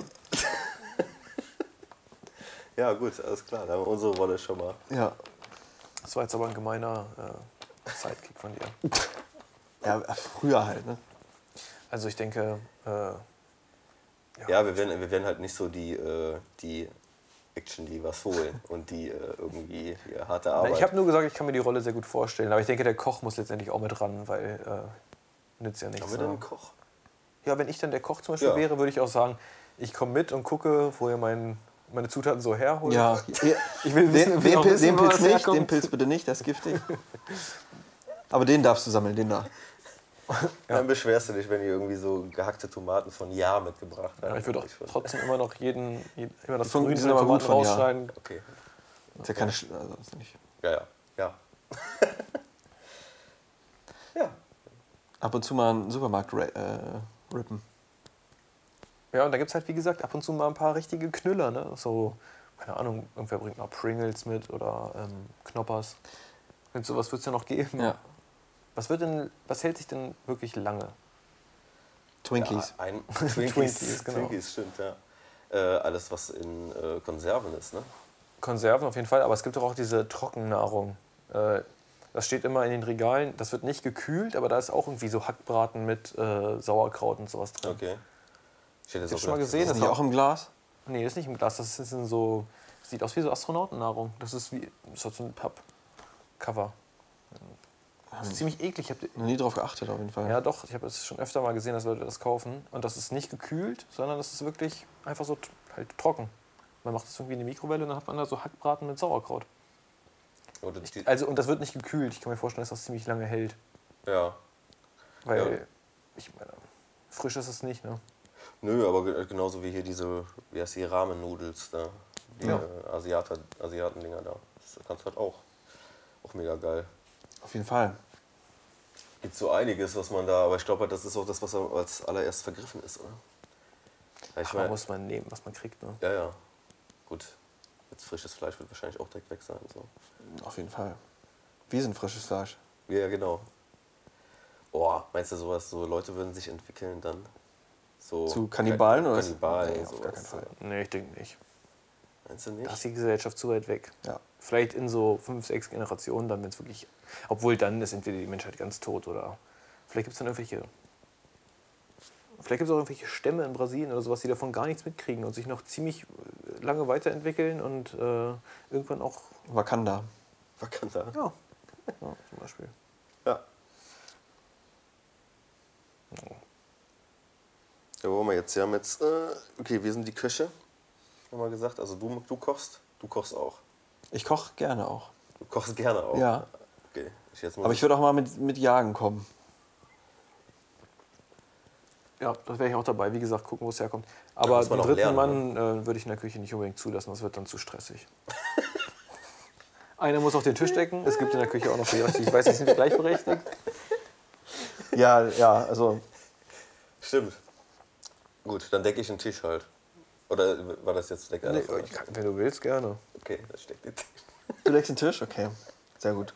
Ja, gut, alles klar. Da haben wir unsere Rolle schon mal. Ja. Das war jetzt aber ein gemeiner äh, Sidekick von dir. Ja, früher halt, ne? Also ich denke, äh, ja, Ja, wir werden, wir werden halt nicht so die, äh, die Action, die was holen und die äh, irgendwie ja, harte Arbeit. ich habe nur gesagt, ich kann mir die Rolle sehr gut vorstellen. Aber ich denke, der Koch muss letztendlich auch mit ran, weil äh, nützt ja nichts. Haben wir denn Ne? einen Koch? Ja, wenn ich dann der Koch zum Beispiel Ja. wäre, würde ich auch sagen, ich komme mit und gucke, wo ihr mein, meine Zutaten so herholt. Ja. Ich will wissen, Den, will den, auch Pilz, wissen, den wo Pilz das nicht, herkommt. den Pilz bitte nicht, der ist giftig. Aber den darfst du sammeln, den da. Dann beschwerst du dich, wenn die irgendwie so gehackte Tomaten von Ja mitgebracht haben. Ja, ich würde auch würd- trotzdem immer noch jeden, jeden immer das Die von- Grün die von sind den aber gut Tomaten von Ja. rausschneiden. Okay. Ist ja keine Sch also ist nicht. Ja, ja. Ja. ja. Ab und zu mal einen Supermarkt ra- äh, rippen. Ja, und da gibt es halt, wie gesagt, ab und zu mal ein paar richtige Knüller. Ne? So, keine Ahnung, irgendwer bringt mal Pringles mit oder ähm, Knoppers. Und sowas wird es ja noch geben. Ja. Was wird denn, was hält sich denn wirklich lange? Twinkies. Ja, ein Twinkies, Twinkies, genau. Twinkies, stimmt, ja. Äh, alles, was in äh, Konserven ist, ne? Konserven auf jeden Fall, aber es gibt doch auch diese Trockennahrung. Äh, das steht immer in den Regalen, das wird nicht gekühlt, aber da ist auch irgendwie so Hackbraten mit äh, Sauerkraut und sowas drin. Okay. Ich hätte jetzt Hast du auch schon mal gedacht, gesehen? Ist Das nicht auch- auch im Glas? Nee, das ist nicht im Glas, das ist in so, das sieht aus wie so Astronautennahrung. Das ist wie, das hat so ein Papp-Cover. Das ist ziemlich eklig. Ich hab, Noch nie drauf geachtet auf jeden Fall. ja doch, ich habe es schon öfter mal gesehen, dass Leute das kaufen. Und das ist nicht gekühlt, sondern das ist wirklich einfach so t- halt trocken. Man macht das irgendwie in die Mikrowelle und dann hat man da so Hackbraten mit Sauerkraut. Oder die, Also, und das wird nicht gekühlt. Ich kann mir vorstellen, dass das ziemlich lange hält. ja. Weil, Ja. ich meine, frisch ist es nicht, ne? Nö, aber ge- genauso wie hier diese, wie heißt die, Ramen-Nudels da. Die Ja. äh, Asiater, Asiaten-Dinger da. Das kannst du halt auch. Auch mega geil. Auf jeden Fall. Gibt so einiges, was man da, aber ich glaube halt, das ist auch das, was als allererst vergriffen ist, oder? Ja, ich Ach, man mein, muss man nehmen, was man kriegt, ne? ja, ja. Gut. Jetzt frisches Fleisch wird wahrscheinlich auch direkt weg sein. So. Auf jeden Fall. Wir sind frisches Fleisch. Ja, ja, genau. Boah, meinst du sowas, so Leute würden sich entwickeln dann? So Zu Kannibalen oder was? Kannibalen, Nee, auf sowas. gar keinen Fall. Nee, ich denke nicht. Meinst du Da nicht? ist die Gesellschaft zu weit weg. Ja. Vielleicht in so fünf, sechs Generationen, dann, wenn es wirklich. Obwohl dann ist entweder die Menschheit ganz tot oder. Vielleicht gibt es dann irgendwelche. Vielleicht gibt es auch irgendwelche Stämme in Brasilien oder sowas, die davon gar nichts mitkriegen und sich noch ziemlich lange weiterentwickeln und äh, irgendwann auch. Wakanda. Wakanda. Ja, ja zum Beispiel. Ja. Ja, wo haben wir jetzt? Wir haben jetzt, äh, okay, wir sind die Köche, haben wir gesagt. Also du, du kochst, du kochst auch. Ich koche gerne auch. Du kochst gerne auch. Ja. Okay. Ich jetzt muss Aber ich würde auch mal mit, mit Jagen kommen. Ja, das wäre ich auch dabei. Wie gesagt, gucken, wo es herkommt. Ja, Aber muss man den auch dritten lernen, Mann äh, würde ich in der Küche nicht unbedingt zulassen. Das wird dann zu stressig. Einer muss auch den Tisch decken. Es gibt in der Küche auch noch die Ich weiß nicht, sind wir gleichberechtigt? Ja, ja, also Stimmt. Gut, dann decke ich den Tisch halt. Oder war das jetzt deckt einer Nee, von euch? ich kann, wenn du willst, gerne. Okay, dann steckt den Tisch. du deckst den Tisch? Okay, sehr gut.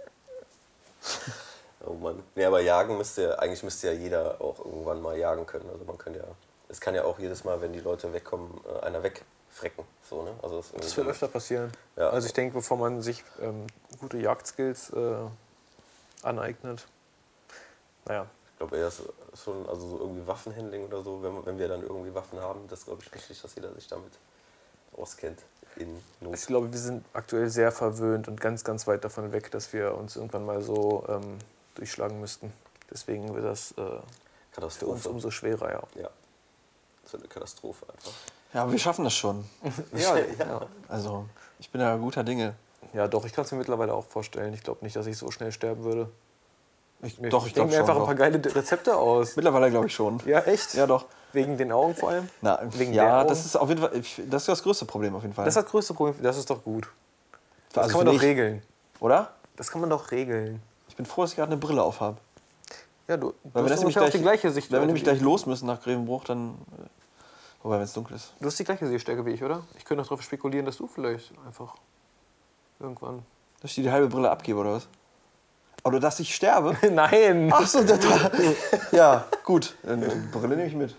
Oh Mann. Nee, aber jagen müsste, eigentlich müsste ja jeder auch irgendwann mal jagen können. Also man kann ja, es kann ja auch jedes Mal, wenn die Leute wegkommen, äh, einer wegfrecken. So, ne? Also das, ist Das irgendwie wird so- öfter passieren. Ja. Also ich denke, bevor man sich ähm, gute Jagdskills äh, aneignet. Naja, Ich glaube eher ist schon, also so irgendwie Waffenhandling oder so, wenn, wenn wir dann irgendwie Waffen haben, das glaube ich wichtig, dass jeder sich damit auskennt in Not. ich glaube, wir sind aktuell sehr verwöhnt und ganz, ganz weit davon weg, dass wir uns irgendwann mal so ähm, durchschlagen müssten. Deswegen wird das äh, für uns Katastrophe. umso schwerer, ja. Ja. Das wird eine Katastrophe einfach. Ja, aber wir schaffen das schon. Ja, ja. Also, ich bin ja guter Dinge. ja, doch, ich kann es mir mittlerweile auch vorstellen. Ich glaube nicht, dass ich so schnell sterben würde. Ich, Ich, doch, ich ich denke glaube mir schon. einfach ein Doch. paar geile Rezepte aus. Mittlerweile glaube ich schon. Ja, echt? Ja, doch. Wegen den Augen vor allem? Na, Wegen der ja, Augen? das ist auf jeden Fall, ich- das ist das größte Problem auf jeden Fall. Das ist das größte Problem. Das ist doch gut. Das Also kann man für doch mich. regeln. Oder? Das kann man doch regeln. Ich bin froh, dass ich gerade eine Brille auf habe. Ja, du, du Weil wenn hast das nämlich ungefähr auch gleich, die gleiche Sicht. wenn wir nämlich gleich los müssen nach Grevenbruch, dann. äh, Wobei, wenn es dunkel ist. Du hast die gleiche Sehstärke wie ich, oder? Ich könnte auch darauf spekulieren, dass du vielleicht einfach irgendwann... Dass ich dir die halbe Brille abgebe, oder was? Oder dass ich sterbe? Nein! Ach so, das war. Ja, gut. Dann die Brille nehme ich mit.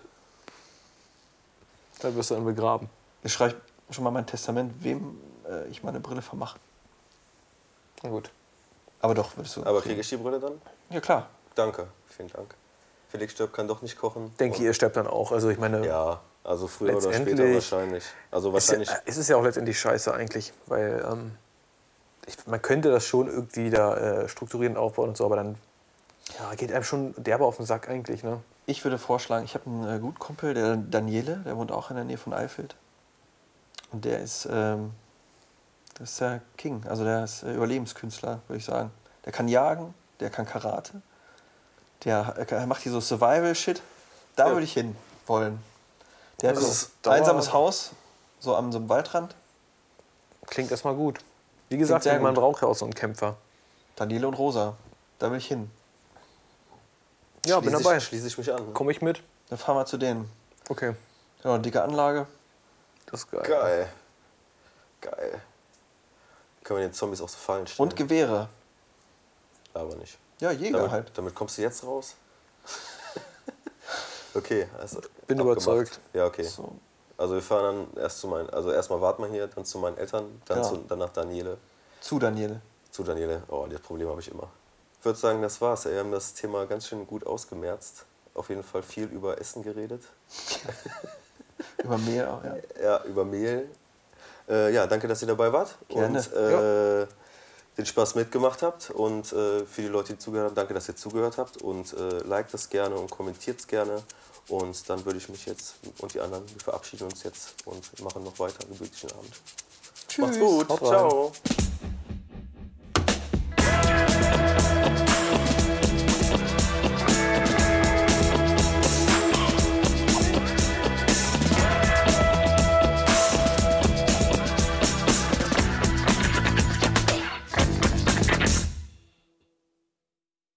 Da wirst du dann begraben. Ich schreibe schon mal mein Testament, wem äh, ich meine Brille vermache. Na gut. Aber doch, würdest du. Aber kriege ich die Brille dann? Ja, klar. Danke, vielen Dank. Felix Stirb kann doch nicht kochen. Denke, Und- ihr sterbt dann auch. Also ich meine, Ja, also früher oder später Letztendlich- wahrscheinlich. Also es, wahrscheinlich. es ist ja auch letztendlich scheiße eigentlich, weil ähm, ich, man könnte das schon irgendwie da äh, strukturieren, aufbauen und so, aber dann ja, geht einem schon derbe auf den Sack eigentlich, ne? Ich würde vorschlagen, ich habe einen äh, guten Kumpel, der Daniele, der wohnt auch in der Nähe von Eifeld. Und der ist, ähm, das ist der King, also der ist äh, Überlebenskünstler, würde ich sagen. Der kann jagen, der kann Karate, der äh, macht hier so Survival-Shit. Da Ja. würde ich hin wollen. Der hat Also so ein Dauer- einsames Haus, so am so einem Waldrand. Klingt erstmal gut. Wie gesagt, sehr man gut. braucht ja auch so einen Kämpfer. Daniele und Rosa, da will ich hin. Ja, bin schließe dabei. Ich, schließe ich mich an. Komme ich mit? Dann fahren wir zu denen. Okay. Ja, eine dicke Anlage. Das ist geil. Geil. Geil. Können wir den Zombies auch so Fallen stellen? Und Gewehre. Aber nicht. Ja, Jäger damit, halt. Damit kommst du jetzt raus? Okay, also Bin abgemacht. überzeugt. Ja, okay. So. Also wir fahren dann erst zu meinen, also erstmal warten wir hier, dann zu meinen Eltern, dann Ja. zu, dann nach Daniele. Zu Daniele. Zu Daniele. Oh, das Problem habe ich immer. Ich würde sagen, das war's. Wir haben das Thema ganz schön gut ausgemerzt. Auf jeden Fall viel über Essen geredet. Über Mehl auch, ja. Ja, über Mehl. Äh, ja, danke, dass ihr dabei wart. Gerne. Und äh, den Spaß mitgemacht habt. Und äh, für die Leute, die zugehört haben, danke, dass ihr zugehört habt. Und äh, liked das gerne und kommentiert es gerne. Und dann würde ich mich jetzt und die anderen, wir verabschieden uns jetzt und machen noch weiter einen gemütlichen Abend. Tschüss. Macht's gut. Haut rein. Ciao.